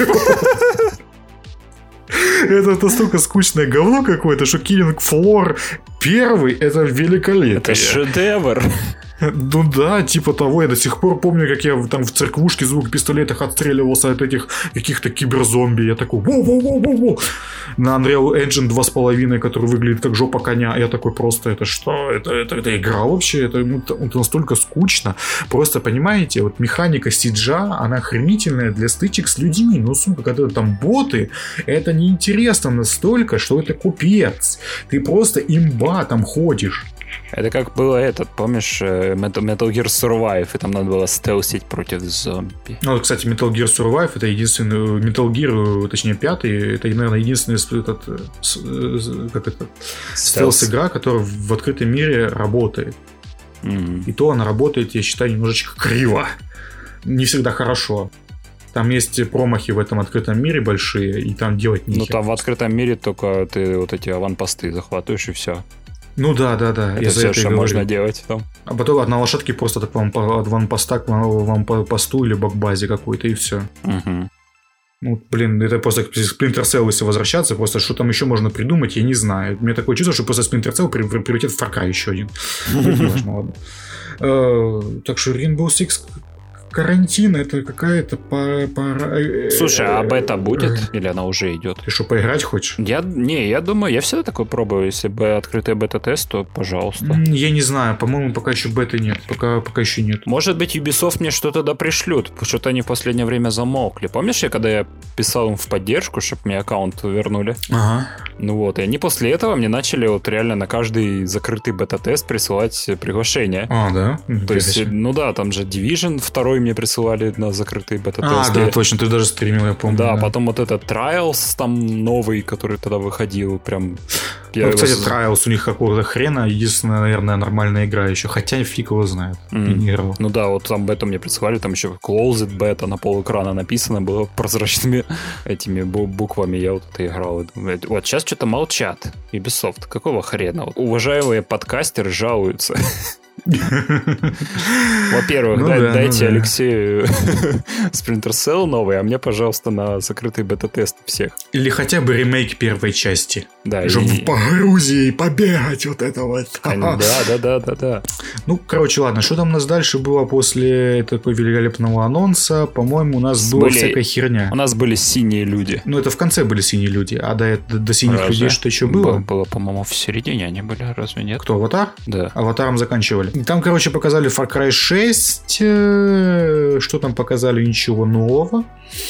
Это настолько скучное говно какое-то, что Killing Floor 1 это великолепие. Это шедевр. Того. Я до сих пор помню, как я там в церквушке звук пистолетах отстреливался от этих каких-то киберзомби. Я такой: воу-воу-воу-воу. На Unreal Engine 2.5, который выглядит как жопа коня. Я такой: просто это что? Это игра вообще? Это настолько скучно. Просто, понимаете, вот механика Сиджа, она охренительная для стычек с людьми. Сука, когда там боты, это неинтересно настолько, что это купец. Ты просто имба там ходишь. Это как было помнишь, Metal Gear Survive, и там надо было стелсить против зомби. Кстати, Metal Gear Survive это единственный, Metal Gear, точнее 5, это, наверное, единственный стелс-игра, которая в открытом мире работает. И то она работает, я считаю, немножечко криво. Не всегда хорошо. Там есть промахи в этом открытом мире большие, и там делать нехер. Ну, там в открытом мире только ты вот эти аванпосты захватываешь, и все. Ну да. Это все, что можно делать там. А потом на лошадке просто так вам от ванпоста к ванпосту или к базе какой-то, и все. Угу. Ну, блин, это просто к Splinter Cell, если возвращаться, просто что там еще можно придумать, я не знаю. У меня такое чувство, что просто Splinter Cell превратит в Far Cry еще один. Так что Rainbow Six карантин, это какая-то пора... Слушай, а бета будет? Или она уже идет? Ты что, поиграть хочешь? Я думаю, я всегда такое пробую. Если бы открытый бета-тест, то пожалуйста. Я не знаю, по-моему, пока еще беты нет. Пока еще нет. Может быть, Ubisoft мне что-то да пришлют. Что-то они в последнее время замолкли. Помнишь, когда я писал им в поддержку, чтобы мне аккаунт вернули? Ага. Ну вот, и они после этого мне начали вот реально на каждый закрытый бета-тест присылать приглашение. А, да? То есть, ну да, там же Division 2 мне присылали на закрытый бета-тест. А, да, точно, ты даже стримил, я помню. Да, потом вот этот Trials там новый, который тогда выходил, прям... кстати, Trials у них какого-то хрена, единственная, наверное, нормальная игра еще, хотя фиг его знает, не играл. Ну да, вот там бета мне присылали, там еще Closed Beta на полэкрана написано было прозрачными этими буквами, я вот это играл. Вот сейчас что-то молчат, Ubisoft, какого хрена? Уважаемые подкастеры жалуются. Во-первых, дайте Алексею Splinter Cell новый, а мне, пожалуйста, на закрытый бета-тест всех. Или хотя бы ремейк первой части. Да, чтобы по Грузии побегать вот это вот. Да. Ну, короче, ладно, что там у нас дальше было после такого великолепного анонса? По-моему, у нас была всякая херня. У нас были синие люди. Ну, это в конце были синие люди, а до синих людей что еще было? Было, по-моему, в середине они были, разве нет? Кто, Аватар? Да. Аватаром заканчивали. Там, короче, показали Far Cry 6. Что там показали? Ничего нового.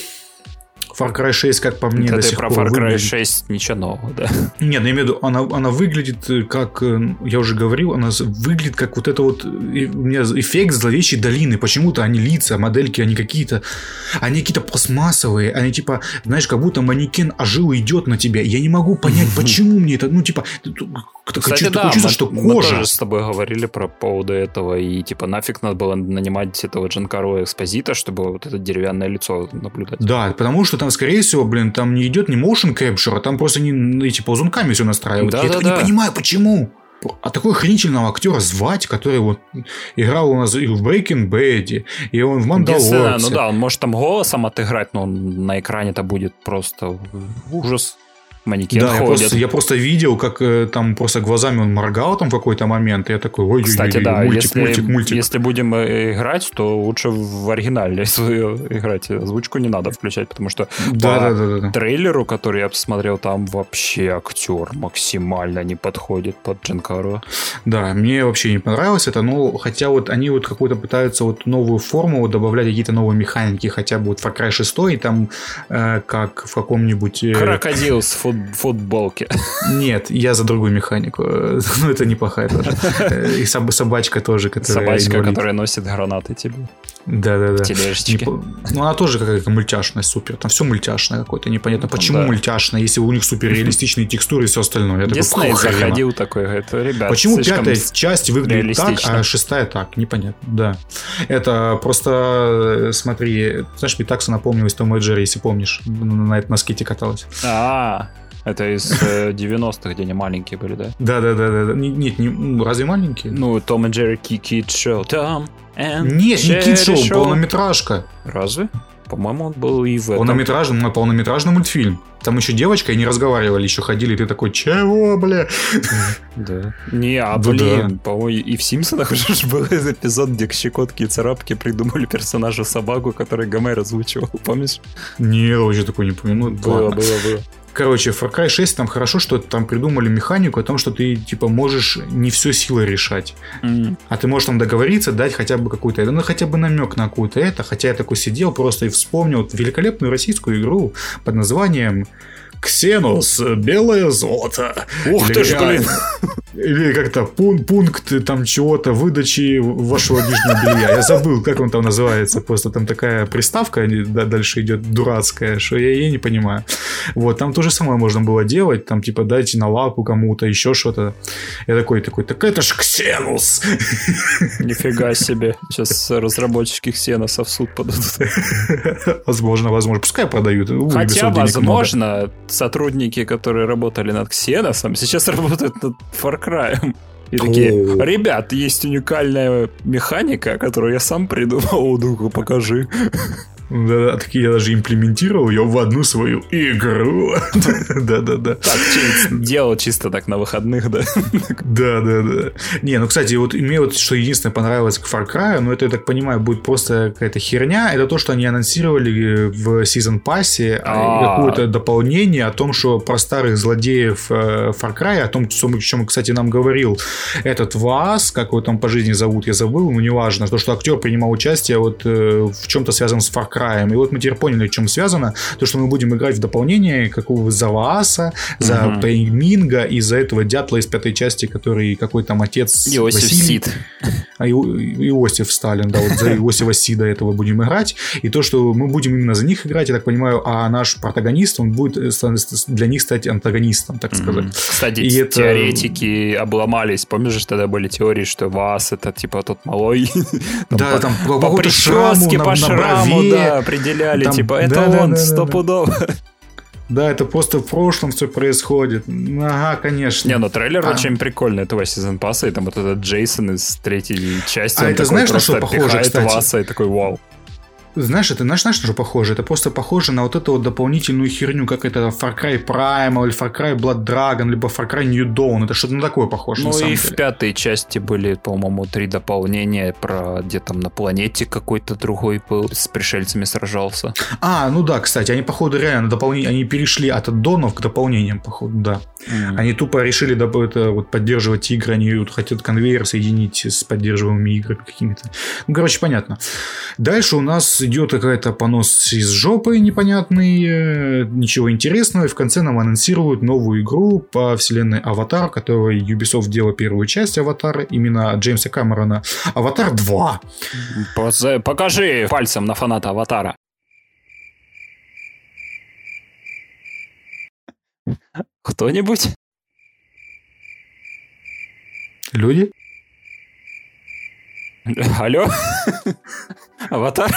Far Cry 6, как по мне, до сих пор про Far Cry выглядит... 6 ничего нового, да? Нет, я имею в виду, она выглядит как, я уже говорил, она выглядит как вот это вот, у меня эффект зловещей долины. Почему-то они лица, модельки, они какие-то пластмассовые, они типа, знаешь, как будто манекен ожил и идет на тебя. Я не могу понять, почему мне это, ну типа, кстати, да, такое чувство, что кожа. Мы тоже с тобой говорили про поводу этого, и типа нафиг надо было нанимать этого Джанкаро Экспозита, чтобы вот это деревянное лицо наблюдать. Да, потому что там, скорее всего, там не идет не motion capture, а там просто они эти ползунками все настраивают. Я не понимаю, почему. А такого охренительного актера звать, который вот играл у нас и в Breaking Bad, и он в Мандалорце. Ну да, он может там голосом отыграть, но он на экране-то будет просто ужас. Манекен ходит. Я просто видел, как там просто глазами он моргал там в какой-то момент, и я такой, ой, кстати, да, мультик. Если будем играть, то лучше в оригинале играть. Озвучку не надо включать, потому что по трейлеру, который я посмотрел, там вообще актер максимально не подходит под Джанкаро. Да, мне вообще не понравилось это, но хотя вот они вот какую-то пытаются вот новую форму добавлять, какие-то новые механики, хотя бы вот Far Cry 6, и там как в каком-нибудь... Крокодил с футболки. Нет, я за другую механику. Ну, это неплохая тоже. И собачка тоже, которая носит гранаты тебе. Да. Тележечки. Ну, она тоже какая-то мультяшная, супер. Там все мультяшное какое-то. Непонятно, почему мультяшное, если у них суперреалистичные текстуры и все остальное. Дисней заходил такой, это, ребят, почему пятая часть выглядит так, а шестая так? Непонятно, да. Это просто, смотри, знаешь, мне так напомнилось Том и Джерри, если помнишь, на скейте каталась. Это из 90-х, где они маленькие были, да? Да. Нет, разве маленькие? Ну, Том и Джерри Kid Show. Том и Нет, не Kid Show, полнометражка. Разве? По-моему, он был и в этом. Полнометражный мультфильм. Там еще девочка, и не разговаривали, еще ходили, и ты такой, чего, бля? Да. Блин, по-моему, и в Симпсонах уже был эпизод, где к Щекотке и Царапке придумали персонажа собаку, который Гомер озвучивал, помнишь? Не, вообще такой не помню. Было. Короче, Far Cry 6 там хорошо, что там придумали механику о том, что ты типа можешь не все силой решать. А ты можешь там договориться, дать хотя бы какую-то, ну хотя бы намек на какую-то это. Хотя я такой сидел просто и вспомнил великолепную российскую игру под названием Ксенос, белое золото. Ух ты ж, блин. Или как-то пункт там чего-то выдачи вашего нижнего белья. Я забыл, как он там называется. Просто там такая приставка дальше идет дурацкая, что я не понимаю. Вот, там то же самое можно было делать. Там типа дайте на лапу кому-то, еще что-то. Я такой, так это ж Ксенос. Нифига себе. Сейчас разработчики Ксеноса в суд подадут. Возможно. Пускай продают. Хотя, возможно, сотрудники, которые работали над Ксеносом, сейчас работают над Far Cry. И такие, ребят, есть уникальная механика, которую я сам придумал. О, ну-ка, покажи. Да, такие я даже имплементировал ее в одну свою игру. Да. Так, делал чисто так на выходных, да? Да. Не, ну, кстати, вот мне вот что единственное понравилось к Far Cry, но это, я так понимаю, будет просто какая-то херня, это то, что они анонсировали в Season Pass какое-то дополнение о том, что про старых злодеев Far Cry, о том, о чем, кстати, нам говорил этот Вас, как его там по жизни зовут, я забыл, но неважно, то, что актер принимал участие вот в чем-то связанном с Far Cry. И вот мы теперь поняли, в чем связано. То, что мы будем играть в дополнение какого за Вааса, за Минга и за этого дятла из 5-й части, который какой там отец Иосиф Сид. Иосиф Сталин, да, вот за Иосифа Сида этого будем играть. И то, что мы будем именно за них играть, я так понимаю, а наш протагонист, он будет для них стать антагонистом, так сказать. Кстати, теоретики обломались. Помнишь, что тогда были теории, что Ваас это типа тот малой? Да, там по прическе, по шраму, да, определяли, там, типа, это он, стопудово. Да, это просто в прошлом все происходит. Ага, конечно. Не, ну трейлер очень прикольный этого сезон пасса, и там вот этот Джейсон из 3-й части. А это знаешь, на что похоже, кстати? Васа, и такой, вау. Знаешь, это знаешь, на что похоже? Это просто похоже на вот эту вот дополнительную херню, как это Far Cry Primal, или Far Cry Blood Dragon, либо Far Cry New Dawn. Это что-то на такое похоже, на самом деле. Ну и в 5-й части были, по-моему, 3 дополнения про где там на планете какой-то другой был, с пришельцами сражался. Ну да, кстати, они, походу, реально дополнение, они перешли от аддонов к дополнениям, походу, да. Они тупо решили вот, поддерживать игры, они вот хотят конвейер соединить с поддерживаемыми играми какими-то. Ну, короче, понятно. Дальше у нас идет какая-то понос из жопы непонятный, ничего интересного, и в конце нам анонсируют новую игру по вселенной Аватар, которую Ubisoft делала первую часть Аватара, именно Джеймса Кэмерона. Аватар 2. Покажи пальцем на фаната Аватара. Кто-нибудь? Люди? Алло? Аватар?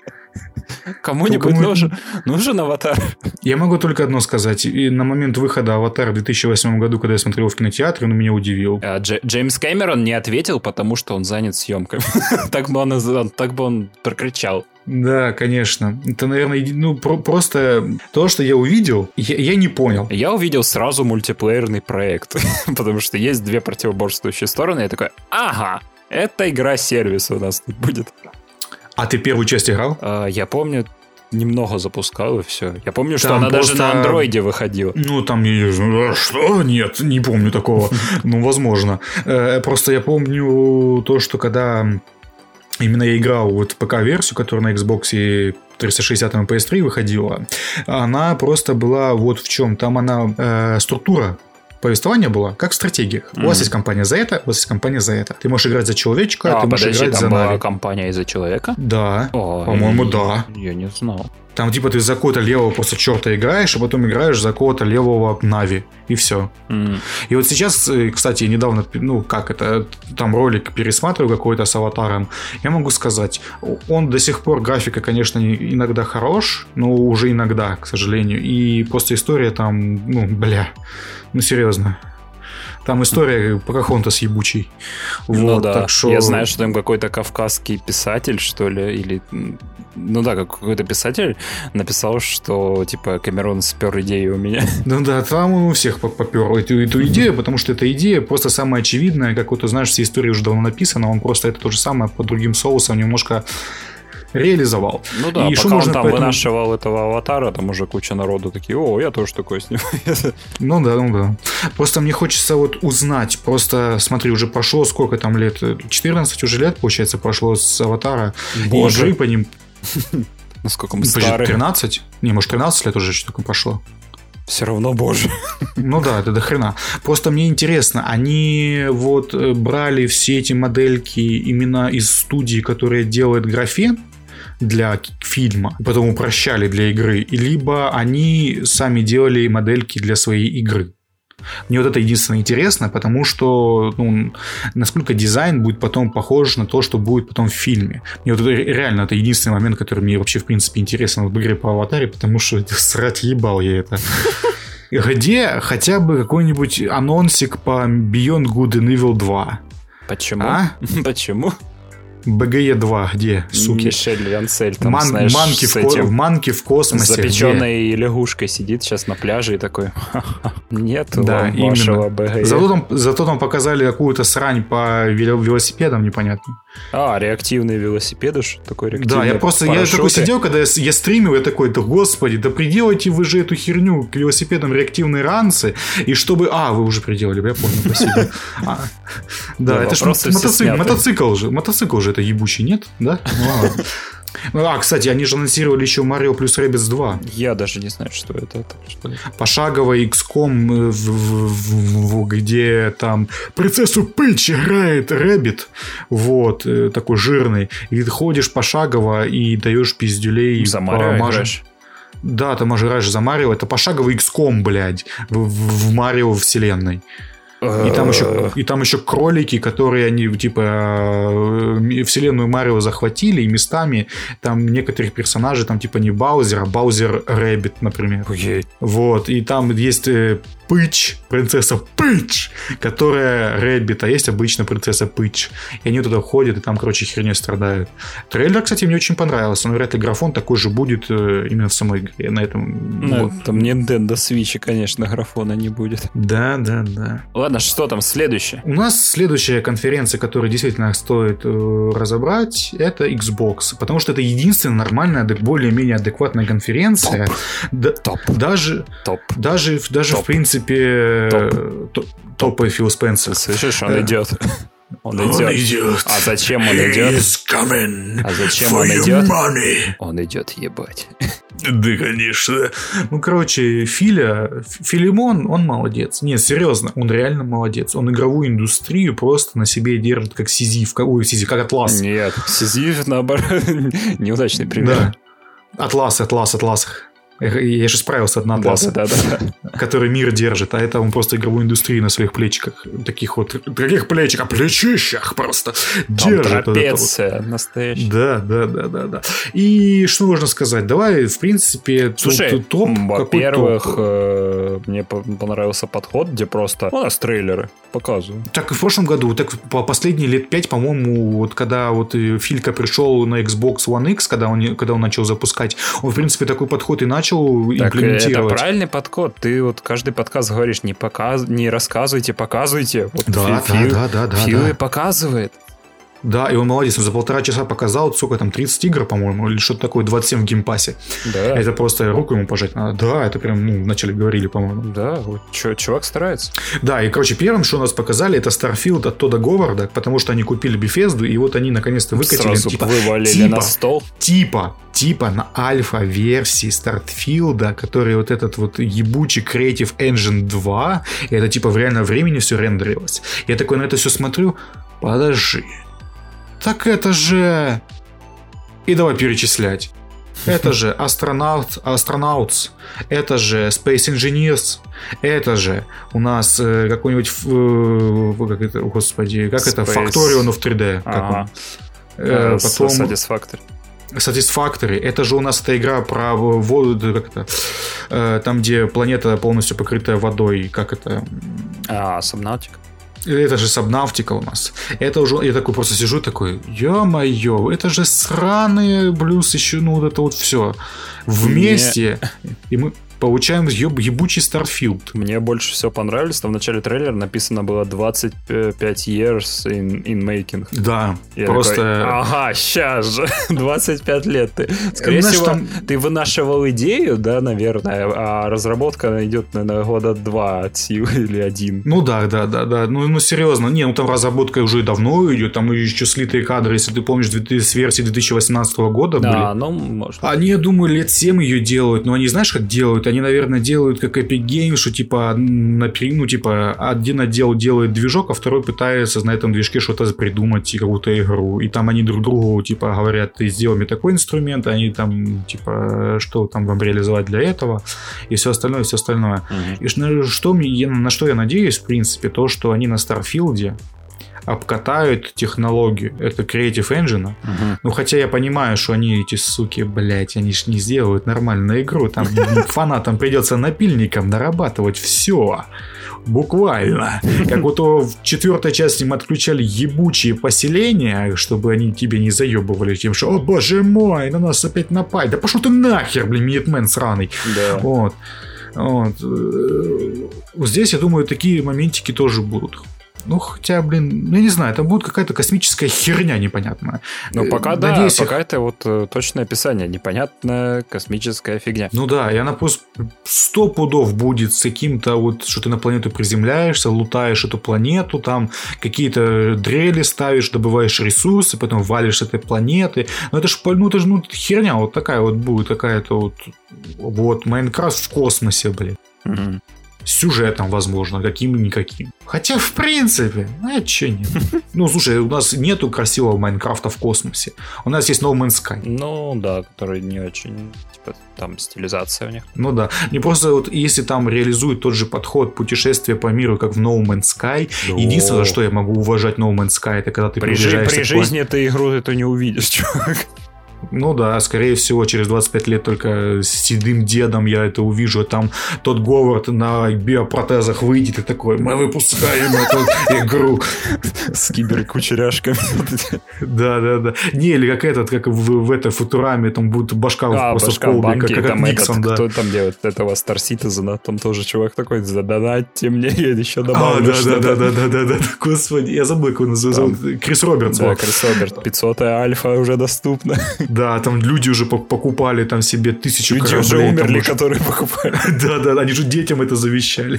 Кому-нибудь нужен Аватар? Я могу только одно сказать. И на момент выхода Аватара в 2008 году, когда я смотрел в кинотеатре, он меня удивил. Джеймс Кэмерон не ответил, потому что он занят съемками. Так бы он прокричал. Да, конечно. Это, наверное, просто то, что я увидел, я не понял. Я увидел сразу мультиплеерный проект, потому что есть две противоборствующие стороны. Я такой, ага, это игра-сервис у нас тут будет. А ты первую часть играл? Я помню, немного запускал, и все. Я помню, что она просто даже на андроиде выходила. Ну, там... Что? Нет, не помню такого. Ну, возможно. Просто я помню то, что когда... Именно я играл вот в ПК-версию, которая на Xbox 360 и PS3 выходила. Она просто была вот в чем. Там она... структура повествования была, как в стратегиях. У вас есть компания за это, у вас есть компания за это. Ты можешь играть за человечка, ты можешь играть за Нави. Компания из-за человека? Да. По-моему, да. Я не знал. Там типа ты за кого-то левого просто черта играешь, а потом играешь за кого-то левого Нави. И все. И вот сейчас, кстати, я недавно, там ролик пересматривал какой-то с Аватаром. Я могу сказать, он до сих пор, графика, конечно, иногда хорош, но уже иногда, к сожалению. И просто история там, серьезно. Там история Покахонтас ебучий. Вот, да. Так что... Я знаю, что там какой-то кавказский писатель, что ли, или... Ну да, какой-то писатель написал, что, типа, Камерон спер идею у меня. Ну да, там он у всех попер эту идею, потому что эта идея просто самая очевидная, как вот, ты знаешь, вся история уже давно написана, он просто это то же самое под другим соусом немножко реализовал. Ну да, и пока он там вынашивал этого Аватара, там уже куча народу такие, я тоже такое снимаю. Ну да. Просто мне хочется вот узнать, просто смотри, уже прошло сколько там лет, 14 уже лет, получается, прошло с Аватара. Боже. И по ним... Насколько мы старые. 13? Не, может 13 лет уже что-то прошло. Все равно боже. Ну да, это дохрена. Просто мне интересно, они вот брали все эти модельки именно из студии, которая делает графен для фильма, потом упрощали для игры, либо они сами делали модельки для своей игры. Мне вот это единственное интересно, потому что насколько дизайн будет потом похож на то, что будет потом в фильме. Мне вот это, реально это единственный момент, который мне вообще в принципе интересен в игре по Аватаре, потому что срать ебал я это. Где хотя бы какой-нибудь анонсик по Beyond Good and Evil 2? Почему? Почему? БГЕ 2, где, суки? Мишель Вансель там, знаешь, манки в космосе. С запеченной лягушкой сидит сейчас на пляже и такой, нет вашего БГЕ. Зато там показали какую-то срань по велосипедам непонятно. Реактивные велосипеды, что такое реактивные парашюты? Я такой сидел, когда я стримил, я такой, да господи, да приделайте вы же эту херню к велосипедам реактивные ранцы, и чтобы... вы уже приделали, я понял, спасибо. Да, это же мотоцикл же это ебучий, нет? Да? Кстати, они же анонсировали еще Mario плюс Rabbids 2. Я даже не знаю, что это. Пошаговый XCOM, где там принцессу Пич играет Рэббит, вот, такой жирный. И ты ходишь пошагово и даешь пиздюлей. За Марио играешь. Да, ты можешь за Марио. Это пошаговый XCOM, блядь, в Марио вселенной. И там еще кролики, которые они типа вселенную Марио захватили, и местами там некоторых персонажей, там типа не Баузер, а Баузер Рэббит, например. Вот, и там есть Пич, принцесса Пич, которая Рэббит, а есть обычная принцесса Пич. И они туда ходят, и там, короче, херней страдают. Трейлер, кстати, мне очень понравился, но вряд ли графон такой же будет именно в самой игре. На этом... Там Nintendo Switch, конечно, графона не будет. Да. Ладно, что там следующее? У нас следующая конференция, которую действительно стоит разобрать, это Xbox. Потому что это единственная нормальная, более-менее адекватная конференция. Топ. Даже в принципе, топ Фил Спенсер. Слышишь, он идет. Он идет. А зачем он идет? Он идет ебать. Да, конечно. Филимон, он молодец. Нет, серьезно, он реально молодец. Он игровую индустрию просто на себе держит как Сизиф. Как Атлас. Нет, Сизиф, наоборот, неудачный пример. Да. Атлас. Я же справился от Атласа, который мир держит, а это он просто игровую индустрию на своих плечиках, таких плечиках, плечищах просто держит. Трапеция настоящая. Да. И что можно сказать? Давай, в принципе, слушай, топ. Во-первых, мне понравился подход, где просто у нас трейлеры показывают. Так и в прошлом году, так по последние лет 5, по-моему, вот когда вот Филька пришел на Xbox One X, когда он начал запускать, он, в принципе, такой подход и начал имплементировать. Это правильный подход. Ты вот каждый подкаст говоришь, не рассказывайте, показывайте. Вот да. Фил и показывает. Да, и он молодец, он за 1,5 часа показал, сколько там, 30 игр, по-моему, или что-то такое, 27 в геймпассе. Да. Это просто руку ему пожать надо. Да, это прям, вначале говорили, по-моему. Да, вот чувак старается. Да, и, короче, первым, что у нас показали, это Starfield от Тодда Говарда, потому что они купили Bethesda, и вот они наконец-то выкатили. Сразу вывалили на стол. Типа на альфа-версии Starfield, который вот этот вот ебучий Creative Engine 2, и это типа в реальном времени все рендерилось. Я такой на это все смотрю, подожди. Так это же... И давай перечислять. Это же Astronauts, это же Space Engineers, это же у нас какой-нибудь... Как это, господи, как это? Factorion of 3D. Ага. Потом... Satisfactory. Это же у нас эта игра про воду, как это? Там, где планета полностью покрытая водой, как это? Subnautica. Это же Subnautica у нас. Это уже... Я такой просто сижу такой, ё-моё, это же сраные плюс еще, вот это вот все вместе. И мы получаем ебучий Starfield. Мне больше всего понравилось, там в начале трейлера написано было 25 years in making. Да, я просто... Такой, сейчас же, 25 лет ты. Скорее всего, ты вынашивал идею, да, наверное, а разработка идет, наверное, года 2 от силы или 1. Да. Ну, серьезно. Там разработка уже давно идет, там еще слитые кадры, если ты помнишь, с версии 2018 года были. Может. Они, я думаю, лет 7 ее делают, но они знаешь, как делают? Вот, они, наверное, делают как Epic Games, что типа, один отдел делает движок, а второй пытается на этом движке что-то придумать, какую-то игру. И там они друг другу, типа, говорят, ты сделай мне такой инструмент, они там, типа, что там вам реализовать для этого, и все остальное, и все остальное. И на что я надеюсь, в принципе, то, что они на Starfield'е обкатают технологию. Это Creative Engine. Ну, хотя я понимаю, что они, эти суки, блять, они ж не сделают нормальную игру. Там фанатам придется напильником нарабатывать все. Буквально. Как вот в 4-й части мы отключали ебучие поселения, чтобы они тебе не заебывали тем, что «О, боже мой, на нас опять напали». Да пошел ты нахер, блин, Минитмен сраный. Да. Вот. Здесь, я думаю, такие моментики тоже будут. Ну, хотя, блин, я не знаю, там будет какая-то космическая херня непонятная. Ну, пока надеюсь, пока это вот точное описание. Непонятная космическая фигня. Ну да, и она просто 100 пудов будет с каким-то вот, что ты на планету приземляешься, лутаешь эту планету, там какие-то дрели ставишь, добываешь ресурсы, потом валишь с этой планеты. Ну, это же херня вот такая вот будет, какая-то вот Майнкрафт в космосе, блин. Угу. С сюжетом, возможно, каким-никаким. Хотя, в принципе, чё нет. Ну, слушай, у нас нету красивого Майнкрафта в космосе. У нас есть No Man's Sky. Ну, да, который не очень, типа, там стилизация у них. Ну, да. Не просто вот, если там реализуют тот же подход путешествия по миру, как в No Man's Sky, единственное, что я могу уважать No Man's Sky, это когда ты приезжаешь... При жизни этой игру ты не увидишь, чувак. Ну да, скорее всего, через 25 лет только с седым дедом я это увижу. Там тот Говард на биопротезах выйдет и такой: мы выпускаем эту игру. С киберкучеряшками. Да. Не, или как в этой Футураме, там будет башка просто в колбе, как Никсон, да. Кто там делает этого Star Citizen, там тоже чувак такой: задонатьте мне, я еще добавлю что-то. Да, господи, я забыл, как его называют. Крис Робертс. Да, Крис Робертс, 500-я альфа уже доступна. Да, там люди уже покупали там себе 1000 люди кораблей. Люди уже умерли, которые покупали. Да, они же детям это завещали.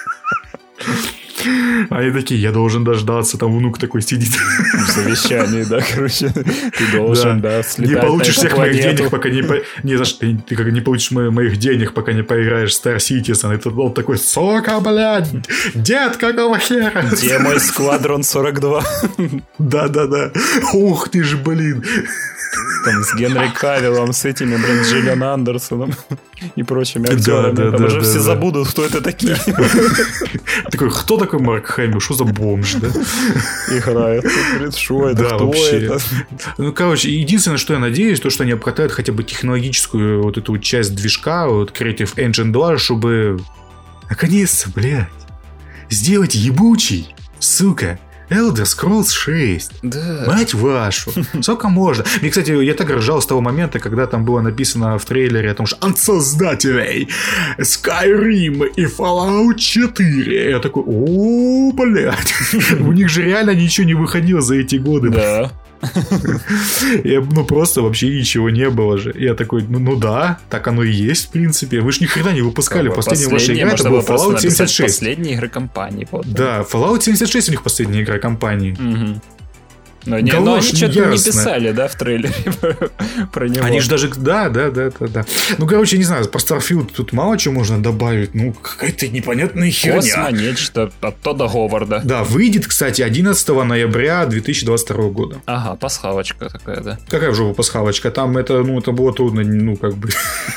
Они такие: я должен дождаться, там внук такой сидит. В завещании, да, короче. Ты должен, да, слетать. Не получишь всех моих денег, пока не... не получишь моих денег, пока не поиграешь в Star Citizen. И он такой: сука, блядь, дед, какого хера? Где мой Сквадрон 42? Да. Ух ты ж, блин. Там с Генри Кавиллом, с этими, блин, Джиллиан Андерсоном и прочими актерами. Там уже все забудут, кто это такие. Такой: кто такой Марк Хэмилл? Что за бомж, да? Играет. Говорит: что это, кто это? Ну, короче, единственное, что я надеюсь, то, что они обкатают хотя бы технологическую вот эту часть движка, вот Creative Engine 2, чтобы наконец-то, блядь, сделать ебучий, сука, Elder Scrolls 6. Да. Мать вашу. Сколько можно? Мне, кстати, я так ржал с того момента, когда там было написано в трейлере о том, что от создателей Skyrim и Fallout 4. Я такой: о, блядь. У них же реально ничего не выходило за эти годы. Да. Ну, просто вообще ничего не было же. Я такой: ну да, так оно и есть, в принципе. Вы же ни хрена не выпускали. Последняя ваша игра, это была Fallout 76. Последняя игра компании. Да, Fallout 76 у них последняя игра компании. Но они что-то не писали, да, в трейлере про него. Они же даже... Да. Ну, короче, не знаю, про Starfield тут мало чего можно добавить. Ну, какая-то непонятная херня. Космо, нечто от Тодда Говарда. Да, выйдет, кстати, 11 ноября 2022 года. Ага, пасхалочка такая, да. Какая же пасхалочка? Там это было трудно, как бы...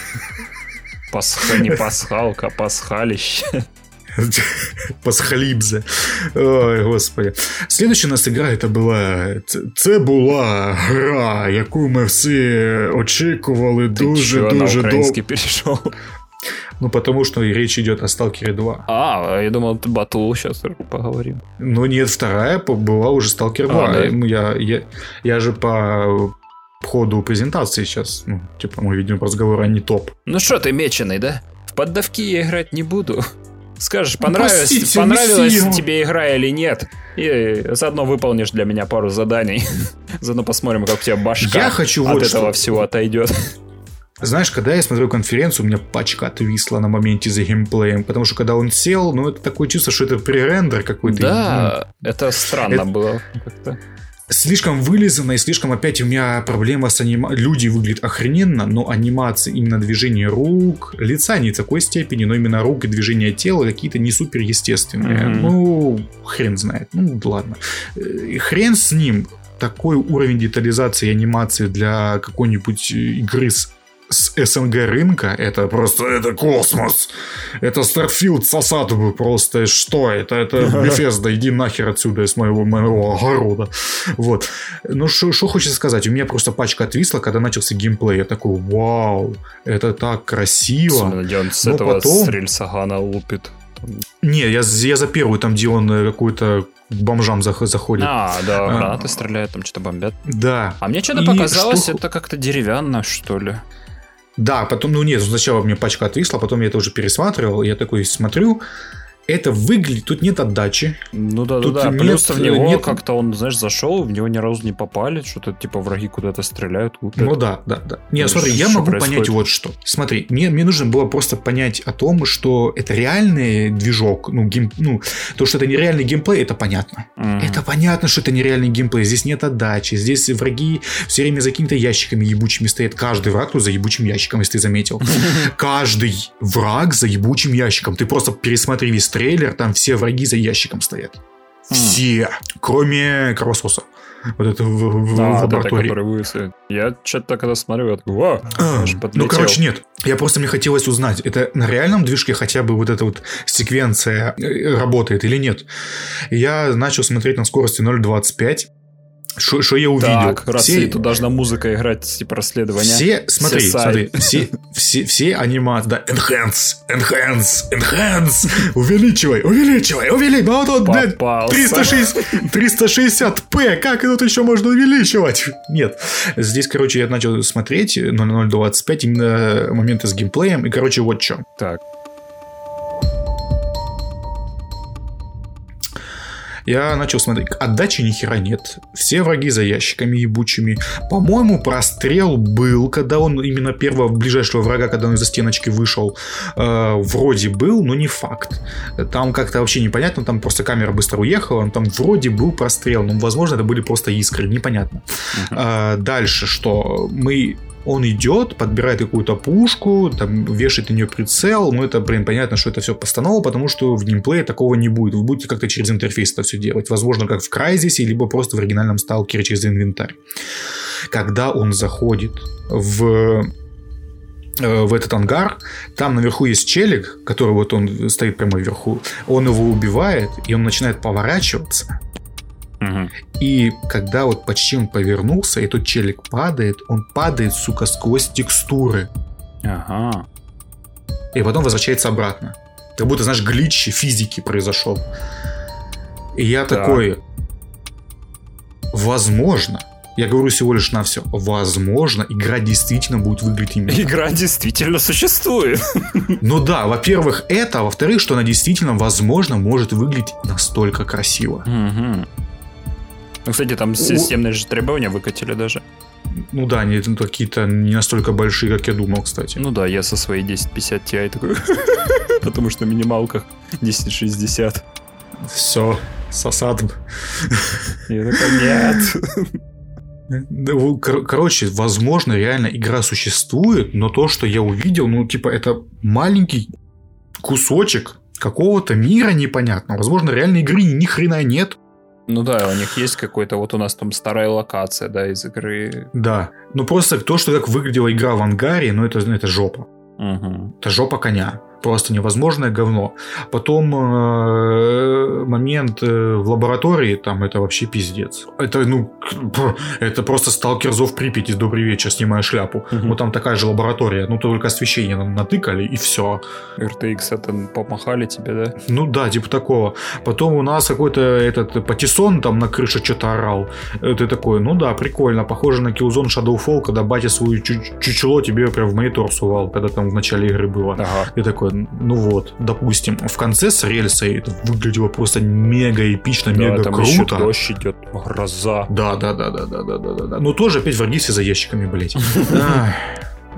Не пасхалка, пасхалище. Пасхалібзе. Ой, господи. Следующая у нас игра, це була гра, яку ми всі очікували дуже довго. На український перейшов? Ну, потому что речь идет о Stalker 2. Я думал, ты Батул сейчас поговорим. Ну, нет, вторая была уже Stalker 2. Да? Я же по ходу презентации сейчас, мы ведем разговор, а не топ. Ну что ты меченый, да? В поддавки я играть не буду. Скажешь, понравилась тебе игра или нет, и заодно выполнишь для меня пару заданий. Заодно посмотрим, как у тебя башка от этого всего отойдет. Знаешь, когда я смотрел конференцию, у меня пачка отвисла на моменте за геймплеем, потому что когда он сел, это такое чувство, что это пререндер какой-то. Да, это странно было как-то. слишком вылизано и слишком опять у меня проблема с анимацией. Люди выглядят охрененно, но анимации, именно движение рук, лица не в такой степени, но именно рук и движения тела какие-то не супер естественные. Ну, хрен знает. Ну, ладно. Хрен с ним. Такой уровень детализации и анимации для какой-нибудь игры с СНГ рынка, это просто, это космос. Это Starfield сосад бы просто. Что это? Это Bethesda, иди нахер отсюда из моего огорода. Вот. Ну, что хочется сказать? У меня просто пачка отвисла, когда начался геймплей. Я такой, вау, это так красиво. Где он с этого потом... с рельсагана лупит. Не, я за первую, там, где он какой-то к бомжам заходит. Да, гранаты стреляют, там что-то бомбят. Да. А мне что-то показалось, это как-то деревянно, что ли. Да, потом, ну нет, сначала мне пачка отвисла, потом я это уже пересматривал, я такой смотрю, это выглядит, тут нет отдачи. Ну да, плюс в него как-то он, знаешь, зашел, в него ни разу не попали, что-то типа враги куда-то стреляют, лупят. Ну да. Не, смотри, я могу понять вот что. Смотри, мне нужно было просто понять о том, что это реальный движок, то, что это нереальный геймплей, это понятно. Это понятно, что это нереальный геймплей, здесь нет отдачи, здесь враги все время за какими-то ящиками ебучими стоят, каждый враг тут за ебучим ящиком, если ты заметил. Каждый враг за ебучим ящиком, ты просто пересмотри весь трейлер, там все враги за ящиком стоят. Все. Кроме кровососа. Вот это в лаборатории. Который высадит. Я что-то когда смотрю, я такой, вау, ну, короче, нет. Мне хотелось узнать, это на реальном движке хотя бы вот эта вот секвенция работает или нет. Я начал смотреть на скорости 0.25. Что я увидел? Так, раз тут должна музыка играть, типа расследования. Все анимации, да, enhance, увеличивай, ну вот он, блядь, 360p, как тут еще можно увеличивать? Нет, здесь, короче, я начал смотреть на 0.25, именно моменты с геймплеем, и, короче, вот что. Так. Я начал смотреть. Отдачи ни хера нет. Все враги за ящиками ебучими. По-моему, прострел был, когда он именно первого ближайшего врага, когда он из-за стеночки вышел, вроде был, но не факт. Там как-то вообще непонятно, там просто камера быстро уехала, там вроде был прострел, но, возможно, это были просто искры, непонятно. Дальше, что он идет, подбирает какую-то пушку, там, вешает на нее прицел. Ну, это, понятно, что это все постанова, потому что в геймплее такого не будет. Вы будете как-то через интерфейс это все делать. Возможно, как в Crysis, либо просто в оригинальном Сталкере через инвентарь. Когда он заходит в этот ангар, там наверху есть челик, который вот он стоит прямо вверху. Он его убивает, и он начинает поворачиваться. И когда вот почти он повернулся, и тот челик падает, он падает, сука, сквозь текстуры. Ага. И потом возвращается обратно. Как будто, знаешь, глич физики произошел. И я такой... Возможно, я говорю всего лишь на все, возможно, игра действительно будет выглядеть именно. Игра действительно существует. Ну да, во-первых, это, а во-вторых, что она действительно, возможно, может выглядеть настолько красиво. Ну, кстати, там системные же требования выкатили даже. Ну да, они какие-то не настолько большие, как я думал, кстати. Ну да, я со своей 1050 Ti такой, потому что на минималках 1060. Все, сосад. Я такой, нет. Короче, возможно, реально игра существует, но то, что я увидел, это маленький кусочек какого-то мира непонятного. Возможно, реальной игры ни хрена нет. Ну да, у них есть какой-то, вот у нас там старая локация, да, из игры. Да, просто то, что как выглядела игра в ангаре, это жопа. Это жопа коня. Просто невозможное говно. Потом момент в лаборатории, там это вообще пиздец. Это просто Сталкер Зов Припяти, добрый вечер, снимая шляпу. Вот там такая же лаборатория, только освещение нам натыкали, и все. RTX это помахали тебе, да? Ну да, типа такого. Потом у нас какой-то патиссон там на крыше что-то орал. Ты такой, ну да, прикольно, похоже на Killzone Shadowfall, когда батя свою чучело тебе прям в монитор сувал, когда там в начале игры было. Ага. И такой, ну вот, допустим, в конце с рельсой это выглядело просто мега эпично, мега там круто. Еще дождь идет, гроза. Да. Но тоже опять враги все за ящиками, блять.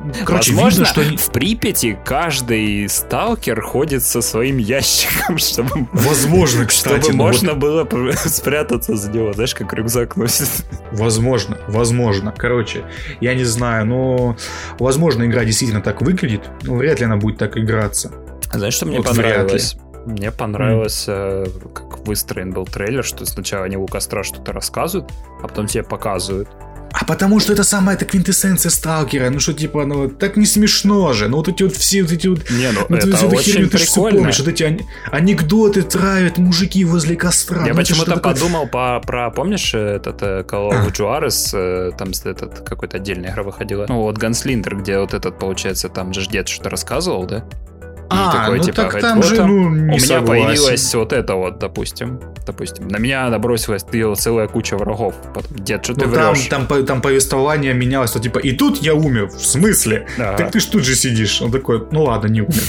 Короче, возможно, видно, что в Припяти каждый сталкер ходит со своим ящиком, чтобы... Возможно, кстати. Чтобы можно было спрятаться за него, знаешь, как рюкзак носит. Возможно. Короче, я не знаю, но... Возможно, игра действительно так выглядит, но вряд ли она будет так играться. Знаешь, что мне понравилось? Мне понравилось, как выстроен был трейлер, что сначала они у костра что-то рассказывают, а потом тебе показывают. А потому что это самая квинтэссенция сталкера. Ну что, типа, ну так не смешно же. Ну вот эти вот все вот эти вот... Не, ну это очень херню, ты прикольно. Помнишь, вот эти анекдоты травят мужики возле костра. Я почему-то подумал про, помнишь, этот Call of Juarez, там этот какой-то отдельная игра выходила. Ну вот Ганслиндер, где вот этот, получается, там же дед что-то рассказывал, да? Такой, ну типа, так там же, вот, ну, не у меня согласен. Появилась вот это вот, допустим. На меня набросилась целая куча врагов. Потом, дед, что ты врешь? Там повествование менялось, что типа, и тут я умер. В смысле? Ага. Так ты ж тут же сидишь. Он такой, ну ладно, не умер.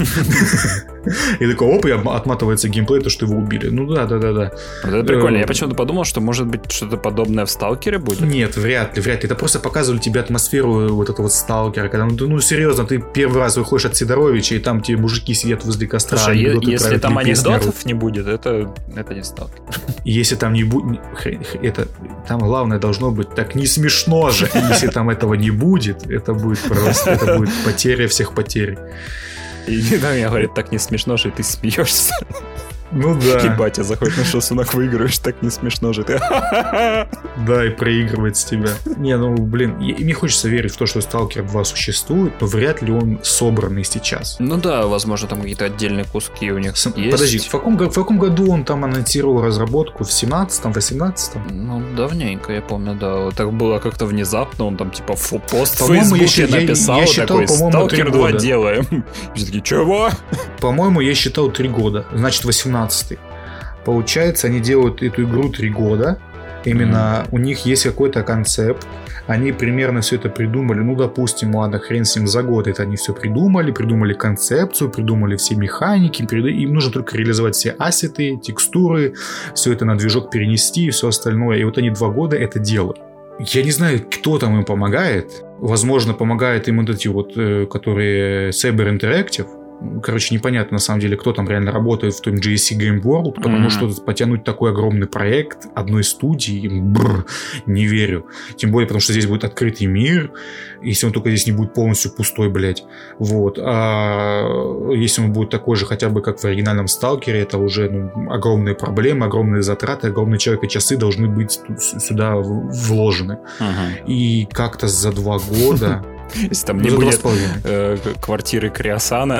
И такой, оп, и отматывается геймплей, то, что его убили. Ну да. Вот это прикольно. Я почему-то подумал, что может быть что-то подобное в Сталкере будет. Нет, вряд ли. Это просто показывали тебе атмосферу вот этого вот Сталкера. Когда, ну серьезно, ты первый раз выходишь от Сидоровича, и там тебе мужики сидят возле костра. Слушай, если там анекдотов не будет, это не Сталкер. Если там не будет, там главное должно быть так не смешно же. Если там этого не будет, это будет просто, это будет потеря всех потерь. И мне говорит, так не смешно же, и ты смеешься. Ну да. И батя заходит на шашлык, выигрываешь, так не смешно же ты. Да, и проигрывает с тебя. Не, ну, блин, мне хочется верить в то, что Stalker 2 существует, но вряд ли он собранный сейчас. Ну да, возможно, там какие-то отдельные куски у них есть. Подожди, в каком году он там анонсировал разработку? В 17-м, 18-м? Ну, давненько, я помню, да. Вот так было как-то внезапно, он там типа пост в Фейсбуке написал, такой, Stalker 2 делаем. Все такие, чего? По-моему, я считал 3 года. Значит, 18-й. Получается, они делают эту игру 3 года. Именно у них есть какой-то концепт. Они примерно все это придумали. Ну, допустим, ладно, хрен с ним, за год это они все придумали концепцию, придумали все механики. Им нужно только реализовать все ассеты, текстуры, все это на движок перенести и все остальное. И вот они 2 года это делают. Я не знаю, кто там им помогает. Возможно, помогает им вот эти вот, которые Saber Interactive. Короче, непонятно на самом деле, кто там реально работает в том GSC Game World, потому что потянуть такой огромный проект одной студии, не верю. Тем более, потому что здесь будет открытый мир, если он только здесь не будет полностью пустой, блядь. Вот. А если он будет такой же хотя бы, как в оригинальном Сталкере, это уже огромные проблемы, огромные затраты, огромные человека-часы должны быть сюда вложены. И как-то за 2 года... Если там не будет квартиры Криосана.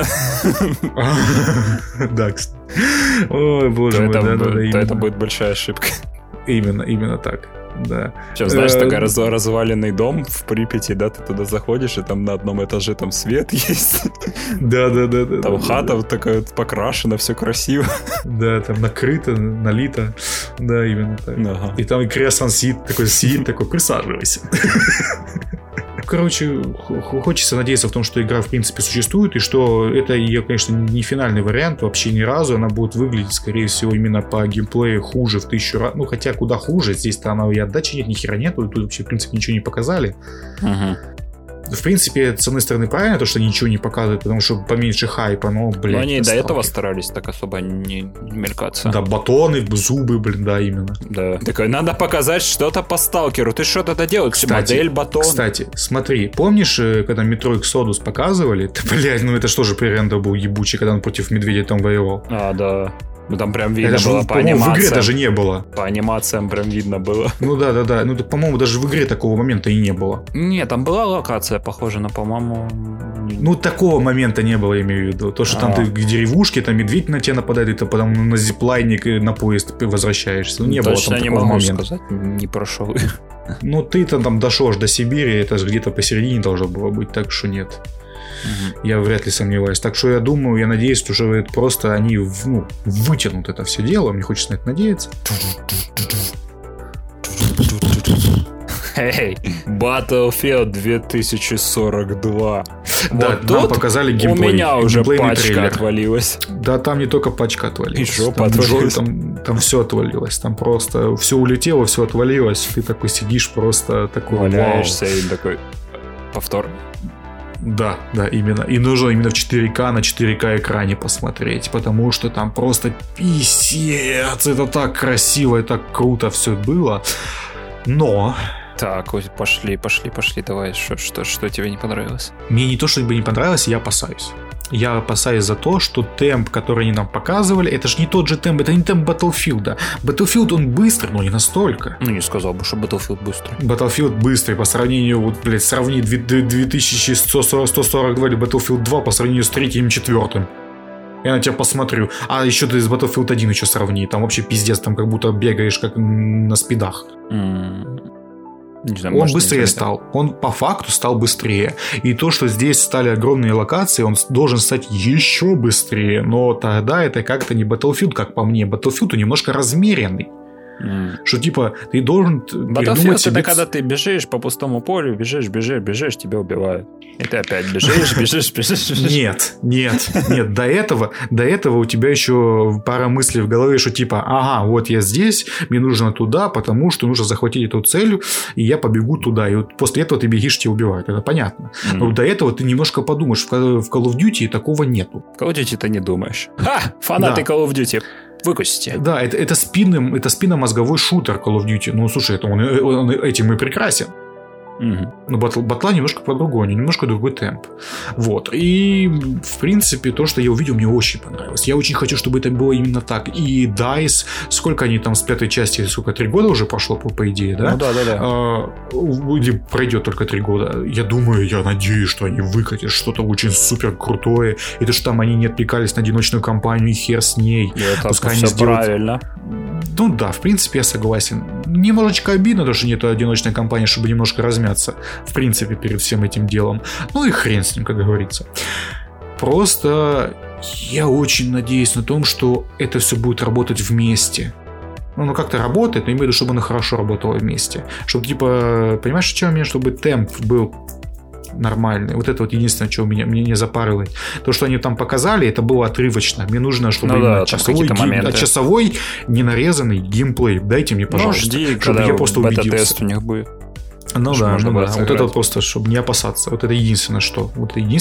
Да, кстати. Ой, боже мой, то это будет большая ошибка. Именно так. Да. Сейчас, знаешь, такой разваленный дом в Припяти, да, ты туда заходишь, и там на одном этаже там свет есть. Да. Там хата такая покрашена, все красиво. Да, там накрыто, налито. Да, именно так. И там и Криосан сидит, такой, присаживайся. Короче, хочется надеяться в том, что игра в принципе существует, и что это ее, конечно, не финальный вариант вообще ни разу. Она будет выглядеть, скорее всего, именно по геймплею хуже в 1000 раз. Ну, хотя куда хуже. Здесь-то она и отдачи нет, ни хера нету. Тут вообще, в принципе, ничего не показали. В принципе, с одной стороны, правильно, то, что ничего не показывают, потому что поменьше хайпа, но, блядь. Но они до этого старались так особо не мелькаться. Да, батоны, зубы, блин, да, именно. Да. Такой, надо показать что-то по Сталкеру. Ты что тогда делаешь? Кстати, модель батон. Кстати, смотри, помнишь, когда Metro Exodus показывали? Да, блядь, это что же преренда был ебучий, когда он против медведя там воевал. А, да. Ну там прям видно было по анимациям. В игре даже не было. По анимациям прям видно было. Ну да. Ну, по-моему, даже в игре такого момента и не было. Не, там была локация похожа, но, по-моему... Ну, такого момента не было, я имею в виду. То, что там ты к деревушке, там медведь на тебя нападает, и ты потом на зиплайник на поезд возвращаешься. Ну, не было там такого момента. Сказать, не прошел. Ну, ты там дошел до Сибири, это же где-то посередине должно было быть, так что нет. Я вряд ли сомневаюсь. Так что я думаю, я надеюсь, что это просто они вытянут это все дело. Мне хочется на это надеяться. Battlefield 2042. Да, вот нам показали геймплей. У меня уже пачка отвалилась. Да, там не только пачка отвалилась. И жопа отвалилась. Там все отвалилось. Там просто все улетело, все отвалилось. Ты такой сидишь просто такой... Валяешься и такой... Повтор. Да, именно. И нужно именно в 4К на 4К экране посмотреть, потому что там просто писец, это так красиво и так круто все было. Но... Так, пошли, давай, что тебе не понравилось? Мне не то, что бы не понравилось, я опасаюсь. Я опасаюсь за то, что темп, который они нам показывали, это же не тот же темп, это не темп Battlefield. Battlefield, он быстрый, но не настолько. Ну, не сказал бы, что Battlefield быстрый. Battlefield быстрый по сравнению, вот, блядь, сравни 2142 или Battlefield 2 по сравнению с 3 и 4. Я на тебя посмотрю. А еще ты с Battlefield 1 еще сравни. Там вообще пиздец, там как будто бегаешь как на спидах. Не знаю, он быстрее стал. Он по факту стал быстрее. И то, что здесь стали огромные локации, он должен стать еще быстрее. Но тогда это как-то не Battlefield, как по мне. Battlefield немножко размеренный. Что типа ты должен Battlefield это когда ты бежишь по пустому полю, бежишь, тебя убивают. И ты опять бежишь. Нет. До этого у тебя еще пара мыслей в голове, что типа, ага, вот я здесь, мне нужно туда, потому что нужно захватить эту цель, и я побегу туда. И вот после этого ты бегишь, тебя убивают. Это понятно. Но до этого ты немножко подумаешь, в Call of Duty такого нету. В Call of Duty ты не думаешь. Фанаты Call of Duty. Выкусите. Да, это спинномозговой шутер Call of Duty. Ну, слушай, он этим и прекрасен. Но батла немножко по-другому, немножко другой темп. Вот. И, в принципе, то, что я увидел, мне очень понравилось. Я очень хочу, чтобы это было именно так. И DICE, сколько они там с 5 части, 3 года уже прошло, по идее, да? Ну да. Или пройдет только 3 года. Я думаю, я надеюсь, что они выкатят что-то очень супер крутое. И то, что там они не отвлекались на одиночную кампанию, и хер с ней. Это все сделают... правильно. Ну да, в принципе, я согласен. Немножечко обидно, то, что нет одиночной кампании, чтобы немножко размяться, в принципе, перед всем этим делом. Ну и хрен с ним, как говорится. Просто я очень надеюсь на том, что это все будет работать вместе. Ну, как-то работает, но имею в виду, чтобы оно хорошо работало вместе. Чтобы, типа, понимаешь, что у меня, чтобы темп был нормальный. Вот это вот единственное, что меня не запарило. То, что они там показали, это было отрывочно. Мне нужно, чтобы часовой ненарезанный геймплей. Дайте мне, пожалуйста. Жди, чтобы я просто убедился. Бета-тест у них будет. Ну да. Вот это просто, чтобы не опасаться. Вот это единственное, что.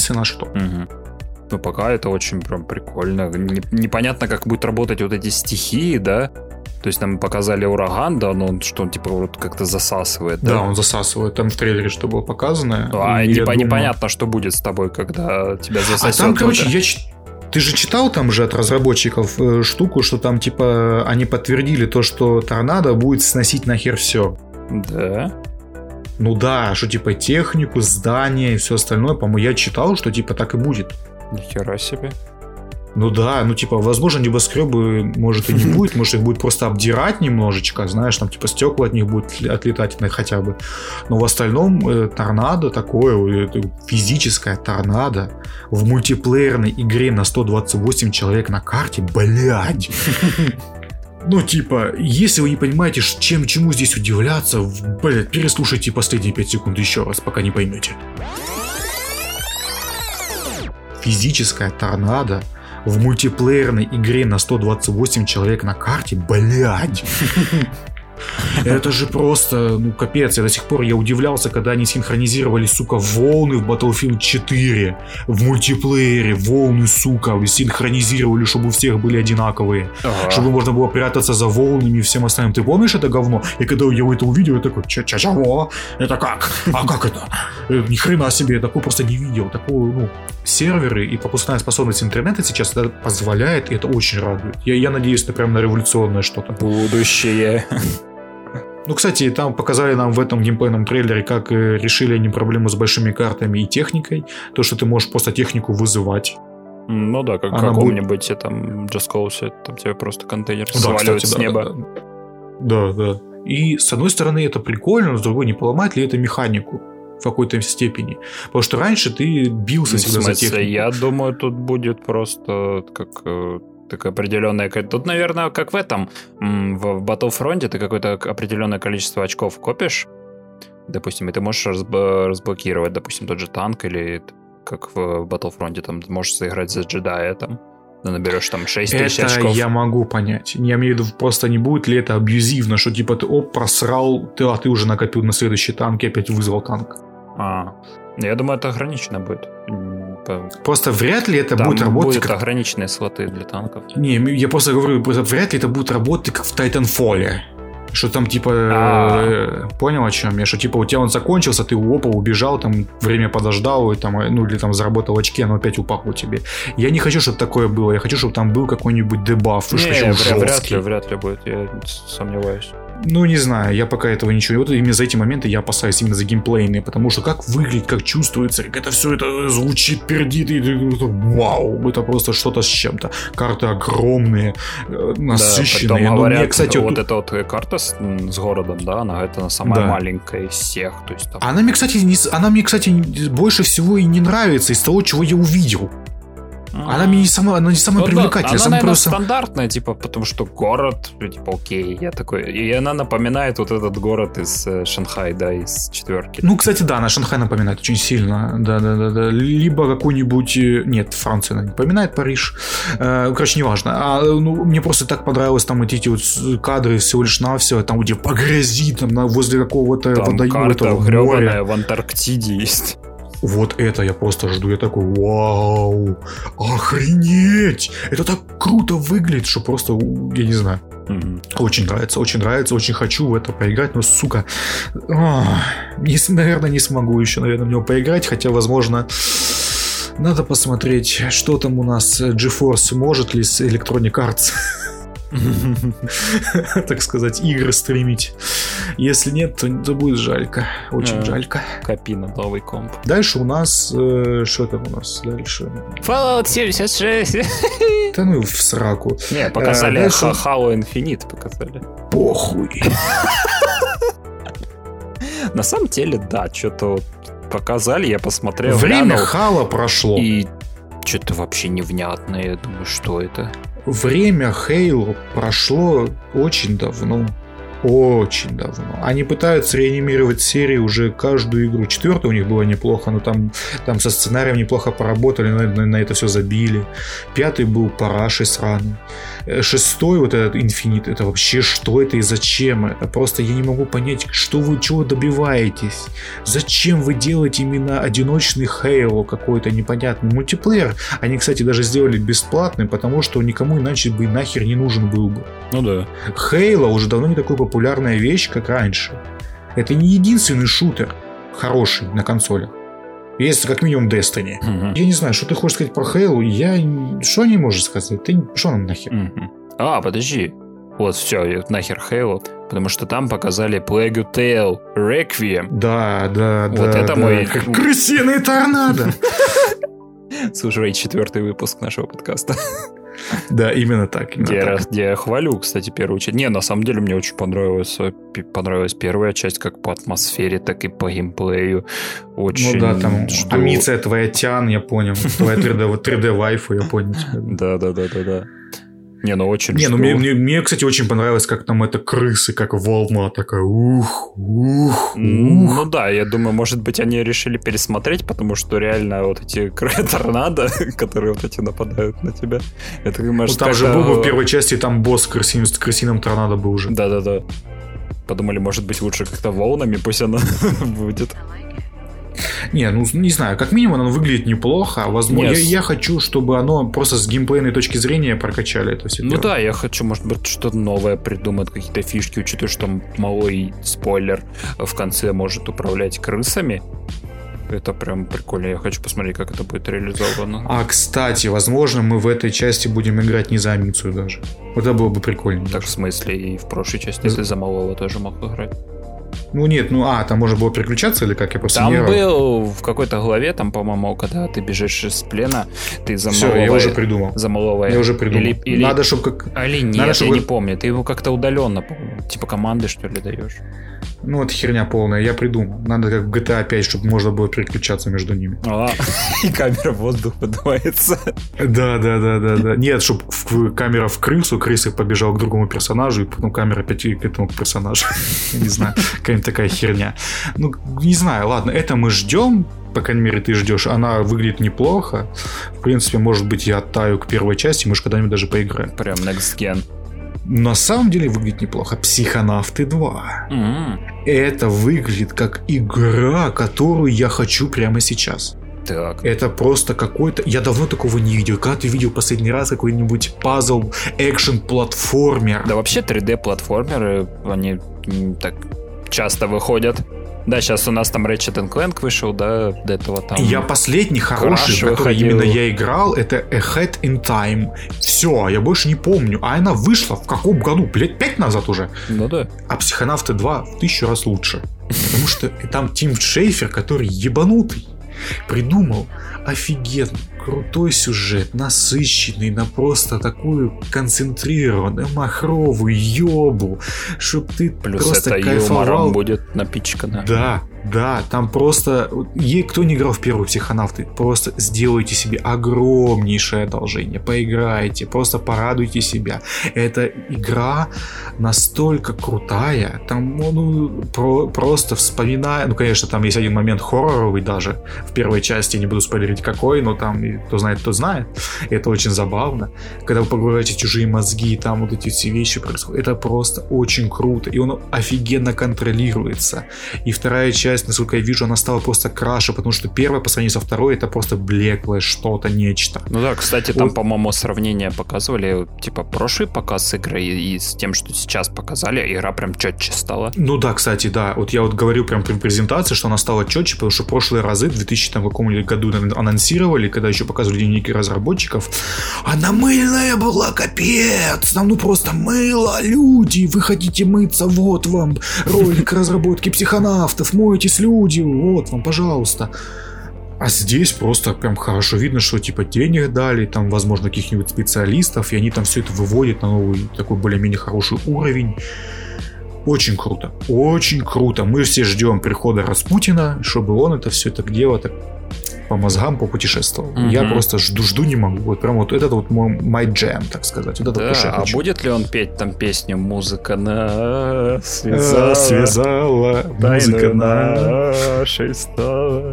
Ну, пока это очень прям прикольно. Непонятно, как будет работать вот эти стихии, да? То есть нам показали ураган, да, но он типа вот как-то засасывает. Да, он засасывает. Там в трейлере что было показано. Непонятно, что будет с тобой, когда тебя засосет. А там, короче, ты же читал там же от разработчиков штуку, что там типа они подтвердили то, что торнадо будет сносить нахер все. Да. Ну да, что типа технику, здания и все остальное, по-моему, я читал, что типа так и будет. Нихера себе. Ну да, ну типа, возможно, небоскребы, может, и не будет, может, их будет просто обдирать немножечко, знаешь, там типа стекла от них будут отлетать хотя бы. Но в остальном торнадо такое, физическое торнадо в мультиплеерной игре на 128 человек на карте, блядь. Ну, типа, если вы не понимаете, чему здесь удивляться, блядь, переслушайте последние 5 секунд еще раз, пока не поймете. Физическая торнадо в мультиплеерной игре на 128 человек на карте, блядь. Это же просто, ну, капец. Я до сих пор удивлялся, когда они синхронизировали, сука, волны в Battlefield 4 в мультиплеере. Волны, сука, синхронизировали, чтобы у всех были одинаковые. Чтобы можно было прятаться за волнами и всем остальным. Ты помнишь это говно? И когда я это увидел, я такой, чего? Это как? А как это? Ни хрена себе, я такого просто не видел. Такого, ну, серверы и пропускная способность интернета сейчас это позволяет, и это очень радует. Я надеюсь, это прям на революционное что-то. Будущее. Ну, кстати, там показали нам в этом геймплейном трейлере, как решили они проблему с большими картами и техникой. То, что ты можешь просто технику вызывать. Ну да, как в каком-нибудь там Just Cause, там тебе просто контейнер сваливают с неба. Да. И с одной стороны это прикольно, но с другой, не поломать ли это механику в какой-то степени? Потому что раньше ты бился всегда за технику. Я думаю, тут будет просто как... такая определенная... Тут, наверное, как в этом, в Battlefront ты какое-то определенное количество очков копишь, допустим, и ты можешь разблокировать, допустим, тот же танк, или как в Battlefront, там ты можешь сыграть за джедая, там, ты наберешь там 6 тысяч очков. Это я могу понять. Я имею в виду, просто не будет ли это абьюзивно, что типа ты просрал, а ты уже накопил на следующий танк и опять вызвал танк. Я думаю, это ограничено будет. Просто вряд ли это там будет работать. Будут ограниченные слоты для танков. Не, я просто говорю, вряд ли это будет работать как в Titanfall. Что там типа понял о чем я? Что типа у тебя он закончился, ты убежал, там время подождал, и, там, ну или там заработал очки, оно опять упахло тебе. Я не хочу, чтобы такое было. Я хочу, чтобы там был какой-нибудь дебаф. Вряд ли будет, я сомневаюсь. Ну, не знаю, я пока этого ничего. Вот именно за эти моменты я опасаюсь, именно за геймплейные, потому что как выглядит, как чувствуется, как это все это звучит, пердит, и вау, это просто что-то с чем-то. Карты огромные, насыщенные. Да, говорят, мне, кстати, вот эта вот карта с городом, да, она самая маленькая из всех. То есть, там... она мне, кстати, больше всего и не нравится из того, чего я увидел. Она не самая привлекательная. Она, наверное, стандартная, типа, потому что город, типа, окей, я такой. И она напоминает вот этот город из Шанхая, да, из 4. Ну, кстати, да, она Шанхай напоминает очень сильно. Да. Либо какой-нибудь... Нет, Франция она напоминает, Париж. Короче, неважно. Мне просто так понравилось там эти вот кадры всего лишь навсего, там, где по грязи, там, возле какого-то водоема, этого моря. В Антарктиде есть. Вот это я просто жду. Я такой, вау, охренеть! Это так круто выглядит, что просто, я не знаю. Очень нравится, очень хочу в это поиграть, но, сука, наверное, не смогу еще, наверное, в него поиграть, хотя, возможно, надо посмотреть, что там у нас GeForce может ли с Electronic Arts так сказать, игры стримить. Если нет, то будет жалько. Очень жалько. Копи на новый комп. Дальше у нас... что там у нас дальше? Fallout 76. Да ну в сраку. Не, показали Halo Infinite. Показали. Похуй. На самом деле, да, что-то показали, я посмотрел. Время Halo прошло. И что-то вообще невнятное. Я думаю, что это? Время Halo прошло очень давно. Очень давно. Они пытаются реанимировать серию уже каждую игру. 4 у них было неплохо, но там со сценарием неплохо поработали, на это все забили. 5 был парашей сраный. 6 вот этот Infinite, это вообще что это и зачем это? Просто я не могу понять, чего добиваетесь. Зачем вы делаете именно одиночный Halo какой-то непонятный мультиплеер? Они, кстати, даже сделали бесплатный, потому что никому иначе бы нахер не нужен был бы. Ну да. Halo уже давно не такой популярная вещь, как раньше. Это не единственный шутер хороший на консолях. Есть как минимум Destiny. Я не знаю, что ты хочешь сказать про Halo. Что не можешь сказать? Что нам нахер? Подожди. Вот, все, нахер Halo. Потому что там показали Plague Tale Requiem. Да. Вот это мой... Крысиный торнадо! Слушай, 4 выпуск нашего подкаста. Да, именно так. Где я хвалю, кстати, первую часть. Не, на самом деле мне очень понравилась первая часть, как по атмосфере, так и по геймплею. Очень. Ну да, там амбиция твоя тян, я понял. Твоя 3D-вайфу, я понял. Да. Не, ну очень. Не, ну мне, кстати, очень понравилось, как там это крысы, как волна такая. Ну да, я думаю, может быть, они решили пересмотреть, потому что реально вот эти торнадо, которые вот эти нападают на тебя. Это, может, там же был бы в первой части там босс с крысиным торнадо был уже. Да. Подумали, может быть, лучше как-то волнами, пусть она будет. Не, ну не знаю, как минимум оно выглядит неплохо. Возможно, я хочу, чтобы оно просто с геймплейной точки зрения прокачали это все. Ну да, я хочу, может быть, что-то новое придумать, какие-то фишки, учитывая, что там малой спойлер в конце может управлять крысами. Это прям прикольно. Я хочу посмотреть, как это будет реализовано. А, кстати, возможно, мы в этой части будем играть не за Амицию даже. Это было бы прикольно. Так, в смысле, и в прошлой части ты за малого тоже мог играть? Ну нет, там можно было переключаться или как? Я просто там был в какой-то главе, там, по-моему, когда ты бежишь из плена, ты за малого... Все, я уже придумал. За малого... Я уже придумал. Или... Надо, чтобы как... Или нет, надо, чтобы... я не помню. Ты его как-то удаленно, типа команды, что ли, даешь? Ну, это херня полная, я придумал. Надо как в GTA 5, чтобы можно было переключаться между ними. И камера в воздух поднимается. Да. Нет, чтобы камера в крысу, крыса побежала к другому персонажу, и потом камера опять к этому персонажу. Не знаю, какая-нибудь такая херня. Ну, не знаю, ладно, это мы ждем. По крайней мере, ты ждешь. Она выглядит неплохо. В принципе, может быть, я оттаю к первой части, мы же когда-нибудь даже поиграем. Прям next gen. на самом деле выглядит неплохо. Психонавты 2. Это выглядит как игра, которую я хочу прямо сейчас. Так. Это просто какой-то... Я давно такого не видел. Когда ты видел последний раз какой-нибудь пазл, экшен-платформер? Да вообще 3D-платформеры, они так часто выходят. Да, сейчас у нас там Ratchet & Clank вышел, да, до этого там... Я последний хороший, в который именно я играл, это Ahead in Time. Все, я больше не помню. А она вышла в каком году? Лет 5 назад уже? Ну да. А Психонавты 2 в 1000 раз лучше. Потому что там Тим Шейфер, который ебанутый, придумал офигенно крутой сюжет, насыщенный на просто такую концентрированную махровую ёбу, чтоб ты плюс просто это кайфовал. Юмором будет напичкано. Да, там просто... Кто не играл в первые Психонавты, просто сделайте себе огромнейшее одолжение, поиграйте, просто порадуйте себя. Эта игра настолько крутая, там просто вспоминая... конечно, там есть один момент хорроровый даже в первой части, не буду спойлерить какой, но там кто знает, тот знает. И это очень забавно. Когда вы погружаете в чужие мозги, там вот эти все вещи происходят. Это просто очень круто, и он офигенно контролируется. И вторая часть, насколько я вижу, она стала просто краше, потому что первая по сравнению со второй это просто блеклое что-то, нечто. Ну да, кстати, там, по-моему, сравнение показывали, типа, прошлый показ игры и с тем, что сейчас показали, игра прям четче стала. Ну да, кстати, да. Вот я вот говорил прям при презентации, что она стала четче, потому что прошлые разы, в 2000 каком-нибудь году анонсировали, когда еще показывали дневники разработчиков, она мыльная была, капец! Там просто мыло, люди, вы хотите мыться, вот вам ролик разработки Психонавтов, мойтесь, люди, вот вам, пожалуйста. А здесь просто прям хорошо видно, что типа денег дали, там, возможно, каких-нибудь специалистов, и они там все это выводят на новый, такой более-менее хороший уровень. Очень круто, очень круто. Мы все ждем прихода Распутина, чтобы он это все так дело так по мозгам попутешествовал. Я просто жду не могу. Вот прям вот этот вот мой my jam, так сказать. Вот да, это а будет ли он петь там песню «Музыка нас связала, музыка нашей стала».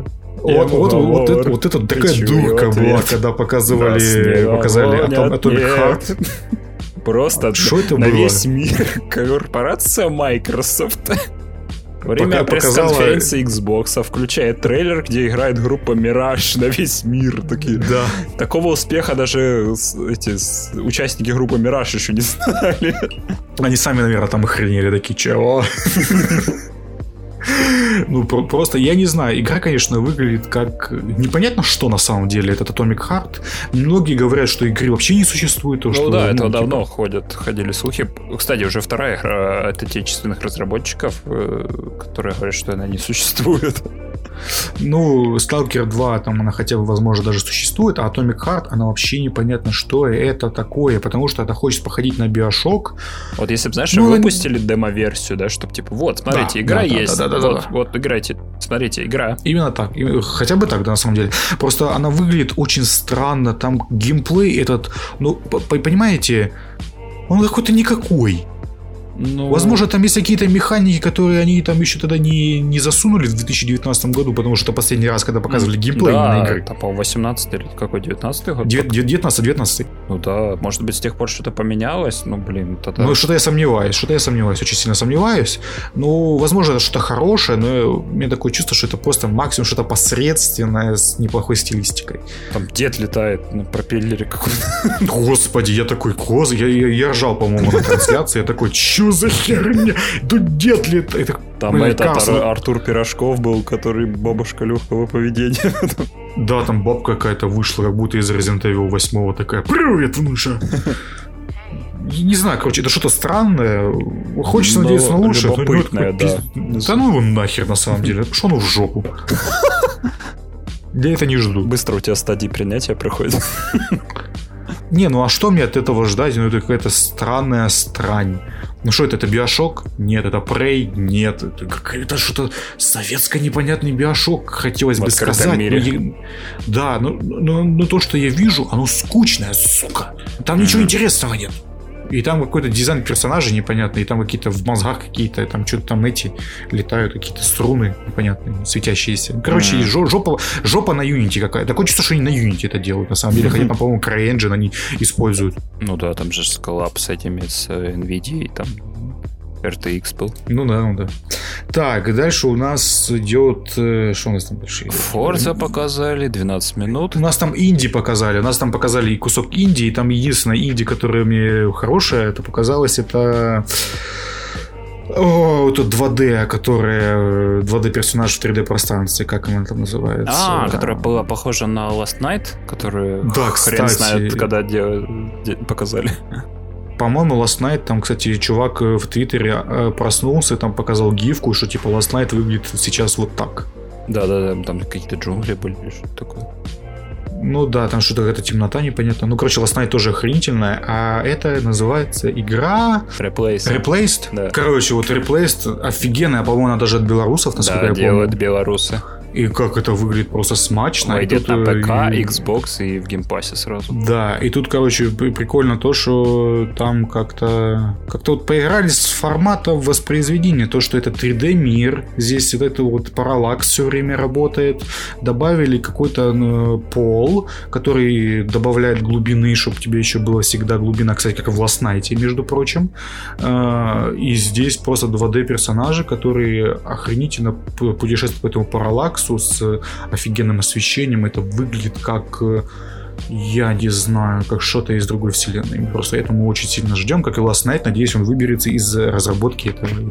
Вот это такая дурка была, когда показали Atomic Heart. Просто на весь мир корпорация Microsoft во время пресс-конференции Xbox включает трейлер, где играет группа Mirage на весь мир. Такие. Да. Такого успеха даже участники группы Mirage еще не знали. Они сами, наверное, там охренели, такие, чего? Ну, просто, я не знаю, игра, конечно, выглядит как... Непонятно, что на самом деле этот Atomic Heart. Многие говорят, что игры вообще не существует. Это давно ходили слухи. Кстати, уже вторая игра от отечественных разработчиков, которые говорят, что она не существует. Ну, Stalker 2, там она хотя бы, возможно, даже существует, а Atomic Heart, она вообще непонятно, что это такое, потому что это хочет походить на Bioshock. Вот если бы, знаешь, выпустили демо-версию, да, чтобы типа, вот, смотрите, игра есть, вот, играйте, смотрите, игра. Именно так, хотя бы так, да, на самом деле. Просто она выглядит очень странно, там геймплей этот, ну, понимаете, он какой-то никакой. Ну... Возможно, там есть какие-то механики, которые они там еще тогда не засунули в 2019 году, потому что это последний раз, когда показывали геймплей на игры. Да, по-моему, 18 или какой, 19 год? 19. Ну да, может быть, с тех пор что-то поменялось, ну, блин, тогда... Ну, что-то я сомневаюсь, очень сильно сомневаюсь. Ну, возможно, это что-то хорошее, но у меня такое чувство, что это просто максимум что-то посредственное с неплохой стилистикой. Там дед летает на пропеллере какой-то. Господи, я такой я ржал, по-моему, на трансляции, я такой, что за херня? Да дед летает. Там Артур Пирожков был, который бабушка легкого поведения. Да, там бабка какая-то вышла, как будто из Resident Evil 8 такая, привет, внуша. Не знаю, короче, это что-то странное. Хочется надеяться на лучшее. Любопытное, да. Да ну его нахер, на самом деле. Пошел ну в жопу. Я это не жду. Быстро у тебя стадии принятия проходит. Не, ну а что мне от этого ждать? Ну это какая-то странная странь. Ну что это Bioshock? Нет. Это Prey? Нет. Это что-то советско непонятный Bioshock, хотелось бы сказать. Да, но то, что я вижу, оно скучное, сука. Там ничего интересного нет. И там какой-то дизайн персонажей непонятный, и там какие-то в мозгах какие-то, там что-то там эти летают, какие-то струны непонятные, светящиеся. Короче, жопа на Unity какая-то. Такое чувство, что они на Unity это делают, на самом деле. Хотя там, по-моему, CryEngine они используют. Ну да, там же коллапс с этими, с NVIDIA, там RTX был. Ну да. Так, дальше у нас идет... Что у нас там дальше? Forza показали, 12 минут. У нас там инди показали. У нас там показали и кусок инди, и там единственное инди, которое мне хорошее, это показалось, это... это 2D, которая 2D-персонаж в 3D-пространстве, как она там называется? Которая была похожа на Last Night, которую да, хрен кстати, знает, когда показали. По-моему, Last Night, там, кстати, чувак в Твиттере проснулся, там показал гифку, что типа Last Night выглядит сейчас вот так. Да, там какие-то джунгли были или что-то такое. Ну да, там что-то какая-то темнота непонятно. Ну, короче, Last Night тоже охренительная, а это называется игра... Replaced? Да. Короче, вот Replaced офигенная, по-моему, она даже от белорусов, насколько я помню. Да, делают белорусы. И как это выглядит просто смачно. Идет на ПК, Xbox и в геймпассе сразу. Да, и тут, короче, прикольно то, что там как-то вот поиграли с форматом воспроизведения. То, что это 3D-мир, здесь вот это вот параллакс все время работает. Добавили какой-то пол, который добавляет глубины, чтобы тебе еще была всегда глубина, кстати, как в Last Night, между прочим. И здесь просто 2D-персонажи, которые охренительно путешествуют по этому параллаксу, с офигенным освещением. Это выглядит как, я не знаю, как что-то из другой вселенной. Просто этому очень сильно ждем, как и Last Night. Надеюсь, он выберется из разработки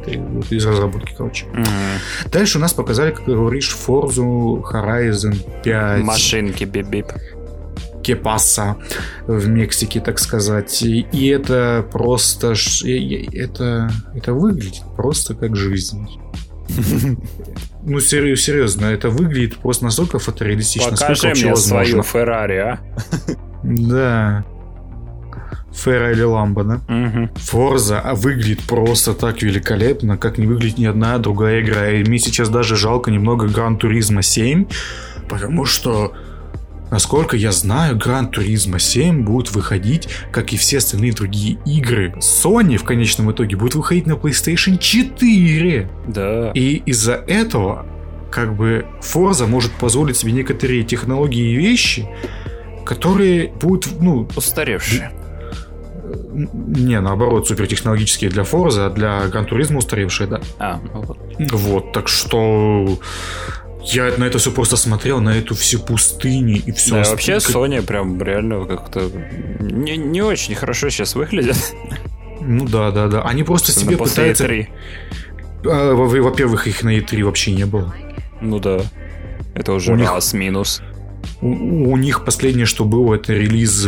короче. Дальше у нас показали, как говоришь, Forza Horizon 5. Машинки бип-бип. Кепаса в Мексике, так сказать. И это просто... Это выглядит просто как жизнь. Ну, серьезно, это выглядит просто настолько фотореалистично. Покажи мне свою Феррари, а? Да. Ферра или Ламбо, да? Forza выглядит просто так великолепно, как не выглядит ни одна другая игра. И мне сейчас даже жалко немного Gran Turismo 7, потому что, насколько я знаю, Gran Turismo 7 будет выходить, как и все остальные другие игры. Sony в конечном итоге будет выходить на PlayStation 4. Да. И из-за этого, как бы, Forza может позволить себе некоторые технологии и вещи, которые будут, устаревшие. Не, наоборот, супертехнологические для Forza, а для Gran Turismo устаревшие, да. Вот, так что... Я на это все просто смотрел, на эту все пустыни и все. Да, вообще Sony прям реально как-то не очень хорошо сейчас выглядят. Ну да. Они просто себе пытаются... E3. Во-первых, их на E3 вообще не было. Ну да. Это уже минус. У них последнее, что было, это релиз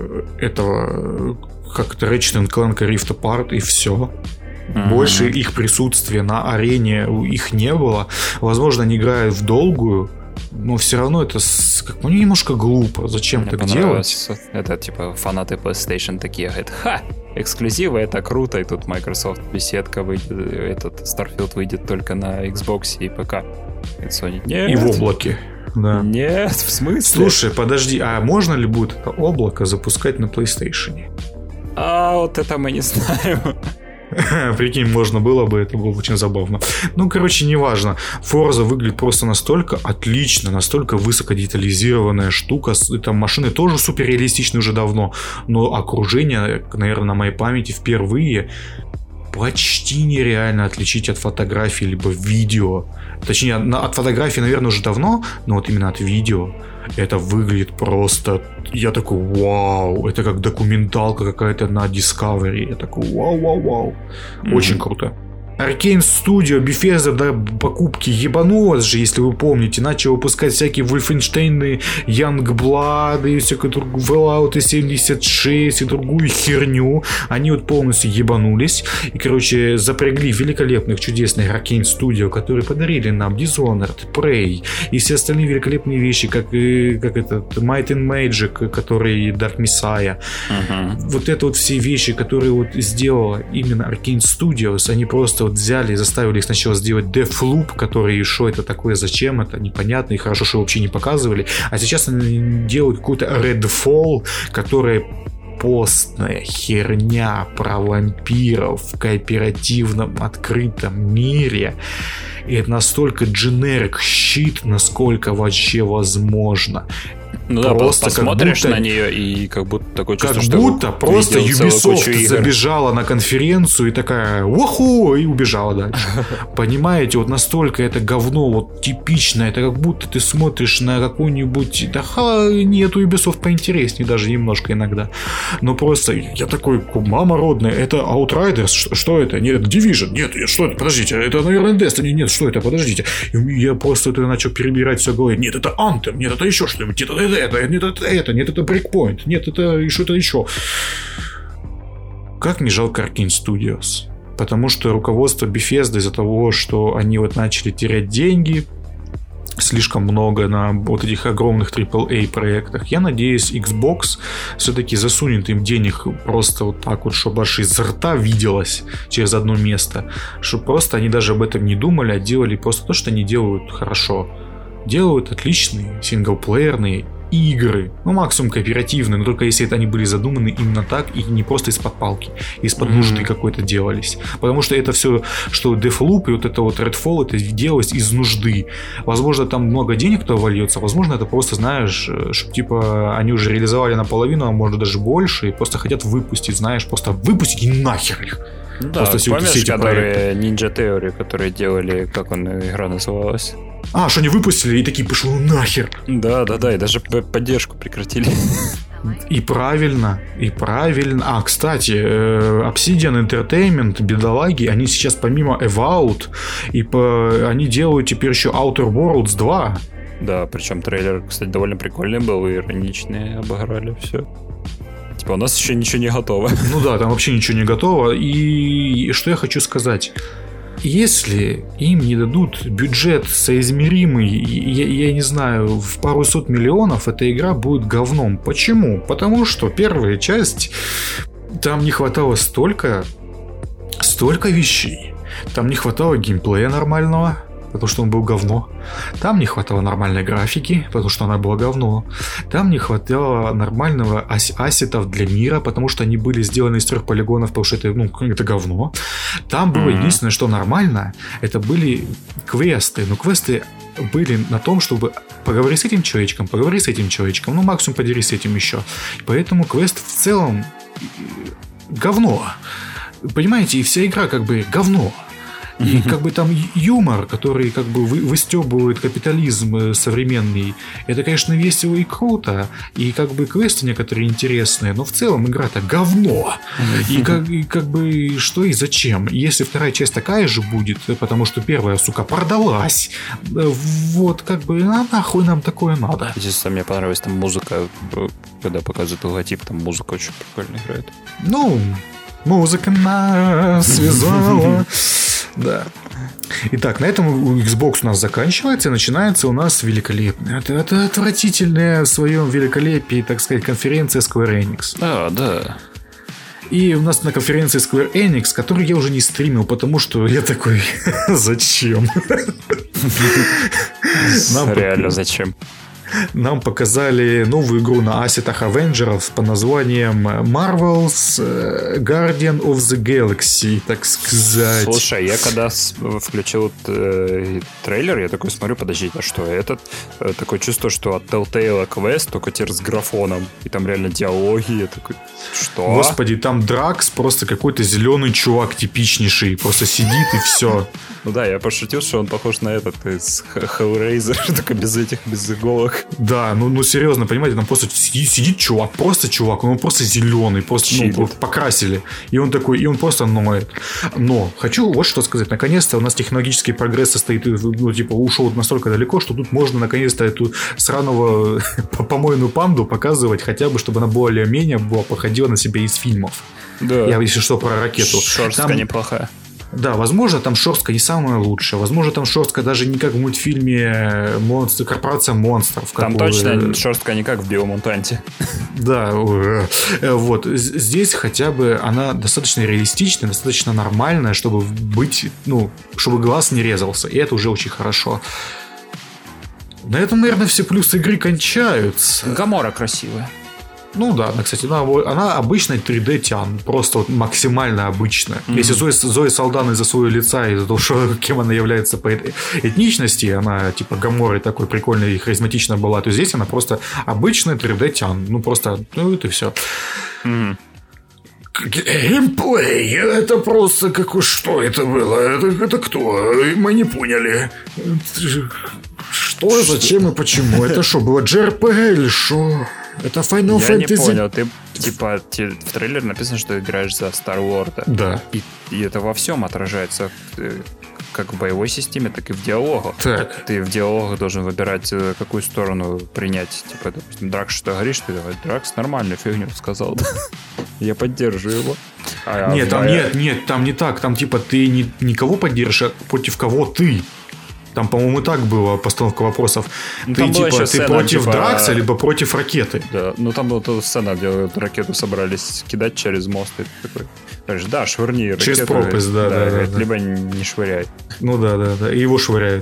этого, как это, Ratchet & Clank Rift Apart, и все. Больше их присутствия на арене их не было. Возможно, они играют в долгую, но все равно это немножко глупо. Зачем так делать? Это типа фанаты PlayStation такие говорят: ха, эксклюзивы, это круто. И тут Microsoft беседка выйдет, этот Starfield выйдет только на Xbox и ПК. И Sony: нет. И в облаке. Да. Нет, в смысле? Слушай, подожди, а можно ли будет это облако запускать на PlayStation? А вот это мы не знаем. Прикинь, можно было бы, это было очень забавно. Ну, короче, неважно. Forza выглядит просто настолько отлично, настолько высокодетализированная штука. Там машины тоже суперреалистичны уже давно, но окружение, наверное, на моей памяти впервые почти нереально отличить от фотографий либо видео. Точнее, от фотографий, наверное, уже давно, но вот именно от видео это выглядит просто... Я такой: вау, это как документалка какая-то на Discovery. Я такой: вау. Очень круто. Arcane Studio, Bethesda до покупки ебанулась же, если вы помните. Начал выпускать всякие Wolfenstein, Youngblood и всякую другую, Fallout 76 и другую херню. Они вот полностью ебанулись. И, короче, запрягли великолепных, чудесных Arcane Studio, которые подарили нам Dishonored, Prey и все остальные великолепные вещи, как этот Might and Magic, который Dark Messiah. Вот это вот все вещи, которые вот сделала именно Arcane Studios, они просто взяли и заставили их сначала сделать Deathloop, который, что это такое, зачем это, непонятно, и хорошо, что вообще не показывали. А сейчас они делают какой-то Redfall, который постная херня про вампиров в кооперативном открытом мире. И это настолько generic shit, насколько вообще возможно. Ну да, просто посмотришь на нее и как будто такое чувство, как что будто просто Ubisoft забежала на конференцию и такая «Ваху!» и убежала дальше. Понимаете, вот настолько это говно вот типично, это как будто ты смотришь на какую-нибудь... Да нет, у Ubisoft поинтереснее даже немножко иногда. Но просто я такой, мама родная, это Outriders, что это? Нет, это Division, нет, что это? Подождите, это, наверное, Destiny, нет, что это? Подождите. И я просто начал перебирать все в голове. Нет, это Anthem, нет, это еще что-нибудь, нет, это Breakpoint, нет, это что-то еще. Как мне жалко Arkane Studios. Потому что руководство Bethesda из-за того, что они вот начали терять деньги слишком много на вот этих огромных AAA проектах. Я надеюсь, Xbox все-таки засунет им денег просто вот так вот, чтобы аж из рта виделось через одно место. Чтобы просто они даже об этом не думали, а делали просто то, что они делают хорошо. Делают отличные синглплеерные игры, ну максимум кооперативные, но только если это они были задуманы именно так и не просто из-под палки, из-под нужды какой-то делались. Потому что это все, что Deathloop и вот это вот Redfall, это делалось из нужды. Возможно, там много денег туда вольется, возможно, это просто, знаешь, что типа они уже реализовали наполовину, а может даже больше, и просто хотят выпустить, знаешь, просто выпустить и нахер их. Да, помнишь, которые Ninja Theory, которые делали, как игра называлась? Что они выпустили и такие, пошел нахер. Да, и даже поддержку прекратили. И правильно. Кстати, Obsidian Entertainment, бедолаги, они сейчас помимо Evout, они делают теперь еще Outer Worlds 2. Да, причем трейлер, кстати, довольно прикольный был, и ироничный, обыграли все. Типа у нас еще ничего не готово. Ну да, там вообще ничего не готово. И что я хочу сказать. Если им не дадут бюджет соизмеримый, я не знаю, в пару сот миллионов, эта игра будет говном. Почему? Потому что первая часть, там не хватало столько вещей. Там не хватало геймплея нормального, потому что он был говно. Там не хватало нормальной графики, потому что она была говно. Там не хватало нормального ассетов для мира, потому что они были сделаны из 3 полигонов, потому что это говно. Там было единственное, что нормально, это были квесты. Но квесты были на том, чтобы поговори с этим человечком, ну максимум подерись с этим еще. Поэтому квест в целом говно. Понимаете, и вся игра как бы говно. И как бы там юмор, который как бы выстебывает капитализм современный, это, конечно, весело и круто, и как бы квесты некоторые интересные, но в целом игра-то говно. И как бы что и зачем? Если вторая часть такая же будет, потому что первая, сука, продалась, вот как бы, нахуй нам такое надо. Здесь мне понравилась там музыка, когда показывают логотип, там музыка очень прикольно играет. Музыка нас связала. Да. Итак, на этом Xbox у нас заканчивается, и начинается у нас великолепное. Это отвратительное в своем великолепии, так сказать, конференция Square Enix. Да. И у нас на конференции Square Enix, которую я уже не стримил, потому что я такой, зачем? Реально, зачем? Нам показали новую игру на ассетах Avengers под названием Marvel's Guardian of the Galaxy, так сказать. Слушай, я когда включил трейлер, я такой смотрю, подождите, а что это? Такое чувство, что от Telltale квест, только теперь с графоном. И там реально диалоги. Я такой, что? Господи, там Дракс просто какой-то зеленый чувак типичнейший. Просто сидит и все. Ну да, я пошутил, что он похож на этот из Hellraiser, только без иголок. Да, ну серьезно, понимаете, там просто сидит чувак, он просто зеленый, просто покрасили. И он такой, и он просто ноет. Но хочу вот что сказать. Наконец-то у нас технологический прогресс состоит, ушел настолько далеко, что тут можно наконец-то эту сраного помойную панду показывать, хотя бы, чтобы она более-менее походила на себя из фильмов. Да. Я, если что, про ракету. Шерстка неплохая. Да, возможно, там шерстка не самая лучшая. Возможно, там шерстка даже не как в мультфильме «Корпорация монстров». Там точно шерстка не как в «Биомутанте». Да, вот. Здесь хотя бы она достаточно реалистичная, достаточно нормальная, чтобы быть, чтобы глаз не резался. И это уже очень хорошо. На этом, наверное, все плюсы игры кончаются. Гамора красивая. Ну да, она, кстати, она обычная 3D тян, просто вот максимально обычная. Если Зои Салдана из-за своего лица, из-за того, что, кем она является по этничности, она типа Гаморой такой прикольной и харизматичная была, то здесь она просто обычная 3D тян. Ну просто, ну это все. Геймплей, это просто как... Что это было? Это кто? Мы не поняли. Что, зачем и почему? Это что, было JRPG или что? Это Final Fantasy? Я не понял, ты типа в трейлере написано, что ты играешь за Star-Lord. Да. И это во всем отражается, как в боевой системе, так и в диалогах. Так. Ты в диалогах должен выбирать, какую сторону принять. Типа, допустим, Дракс что говоришь, ты давай, Дракс нормальную фигню сказал. Я поддерживаю его. Нет, там не так. Там типа ты никого поддержишь, а против кого ты. Там, по-моему, так была постановка вопросов. Ну, ты типа сцена, против типа... Дракса, либо против ракеты. Да, ну там была та сцена, где ракету собрались кидать через мост. И ты такой, говоришь, да, швырни ракету. Через пропасть, да. Либо не швыряй. Ну да. И его швыряют.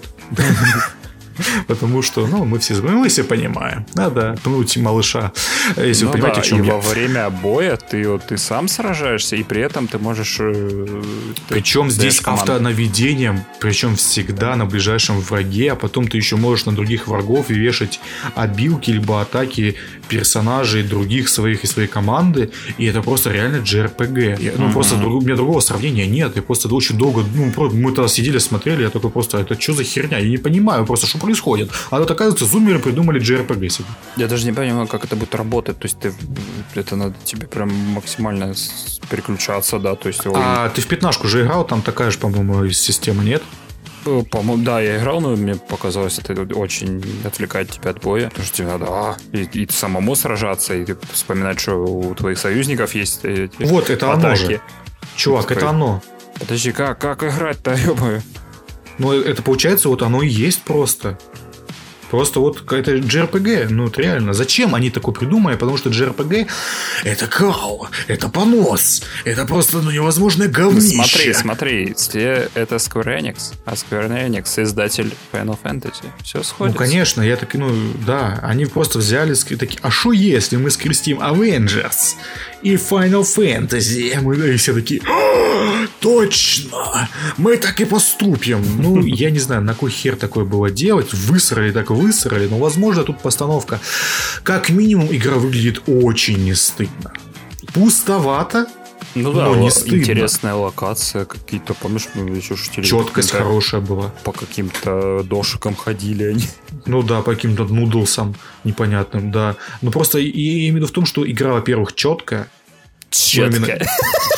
Потому что, мы все понимаем. Надо пнуть малыша, если вы понимаете, о чем я. И во время боя ты сам сражаешься, и при этом ты можешь... Причем здесь автонаведением, причем всегда на ближайшем враге, а потом ты еще можешь на других врагов вешать обилки, либо атаки персонажей других своих и своей команды, и это просто реально JRPG. Просто у меня другого сравнения нет. Я просто очень долго... мы тогда сидели, смотрели, я такой просто... Это что за херня? Я не понимаю просто, что происходит. А вот оказывается, зумеры придумали JRPG себе. Я даже не понимаю, как это будет работать. То есть это надо тебе прям максимально переключаться, да. То есть, а ты в 15-ку же играл, там такая же, по-моему, система, нет? По-моему, да, я играл, но мне показалось, это очень отвлекает тебя от боя. Потому что тебе надо и самому сражаться, и вспоминать, что у твоих союзников есть эти вот, это атаки. Оно же. Чувак, это оно. Подожди, как играть-то, ёбаю? Ну, это получается, вот оно и есть просто. Просто вот это JRPG, вот реально. Зачем они такое придумали? Потому что JRPG это кал, это понос, это просто невозможное говнище. Смотри, это Square Enix, а Square Enix издатель Final Fantasy. Все сходится. Ну, конечно, я так, да, они просто взяли такие, а что если мы скрестим Avengers и Final Fantasy? Мы все такие, точно, мы так и поступим. Ну, я не знаю, на кой хер такое было делать, высрали, но, возможно, тут постановка. Как минимум, игра выглядит очень не стыдно. Пустовато, но не стыдно. Интересная локация, какие-то, помнишь, мы еще шутили. Четкость хорошая была. По каким-то дошикам ходили они. Ну да, по каким-то нудлсам непонятным, да. Но просто я имею в виду в том, что игра, во-первых, четкая. Четкая.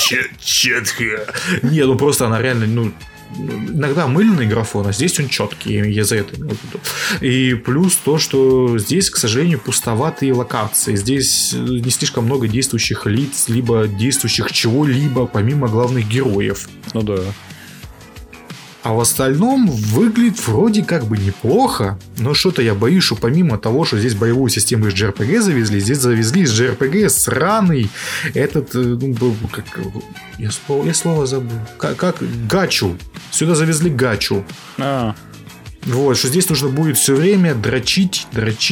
Не, просто она реально, иногда мыльный графон, а здесь он четкий, я за это имею в виду. И плюс то, что здесь, к сожалению, пустоватые локации. Здесь не слишком много действующих лиц, либо действующих чего-либо, помимо главных героев. Ну да. А в остальном выглядит вроде как бы неплохо, но что-то я боюсь, что помимо того, что здесь боевую систему из JRPG завезли, здесь завезли из JRPG сраный этот, я слово забыл, как гачу. Сюда завезли гачу. Вот, что здесь нужно будет все время дрочить.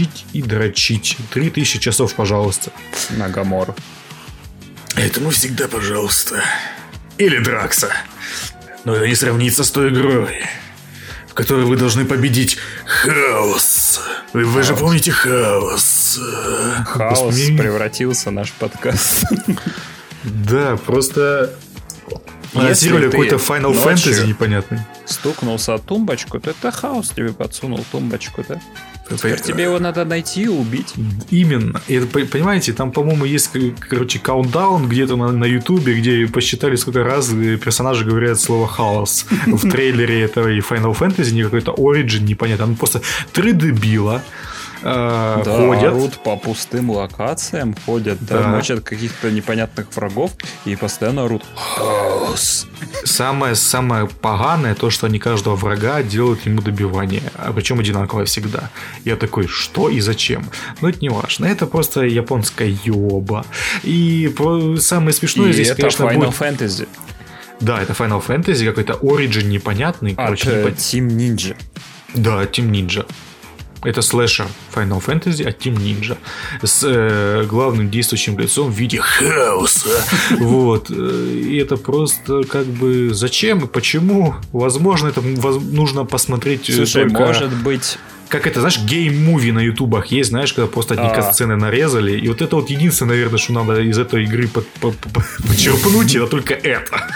3000 часов, пожалуйста. На Гамору. Этому всегда, пожалуйста. Или Дракса. Но это не сравнится с той игрой, в которой вы должны победить хаос. Вы же помните хаос. Хаос превратился наш подкаст. Да, просто анонсировали какой-то Final Fantasy непонятный. Стукнулся о тумбочку, то это хаос тебе подсунул тумбочку, да? Теперь тебе его надо найти и убить. Именно. И, понимаете, там, по-моему, есть, каунтдаун где-то на Ютубе, где посчитали, сколько раз персонажи говорят слово «хаос». В трейлере этого и Final Fantasy, не какой-то Origin, непонятно. Там просто 3 дебила ходят. Орут по пустым локациям, ходят, мочат каких-то непонятных врагов и постоянно орут «хаос». Самое поганое то, что они каждого врага делают ему добивание, а причем одинаковое всегда. Я такой, что и зачем? Но это не важно, это просто японская ёба. И самое смешное здесь, это конечно, Final будет... Fantasy. Да, это Final Fantasy, какой-то Origin непонятный. Team Ninja. Да, Team Ninja. Это слэшер Final Fantasy от Team Ninja с главным действующим лицом в виде хаоса. Вот. И это просто как бы зачем и почему? Возможно, это нужно посмотреть. Слушай, только... может быть... Как это, знаешь, гейм-муви на ютубах есть, знаешь, когда просто одни катсцены нарезали. И вот это вот единственное, наверное, что надо из этой игры почерпнуть, это только это.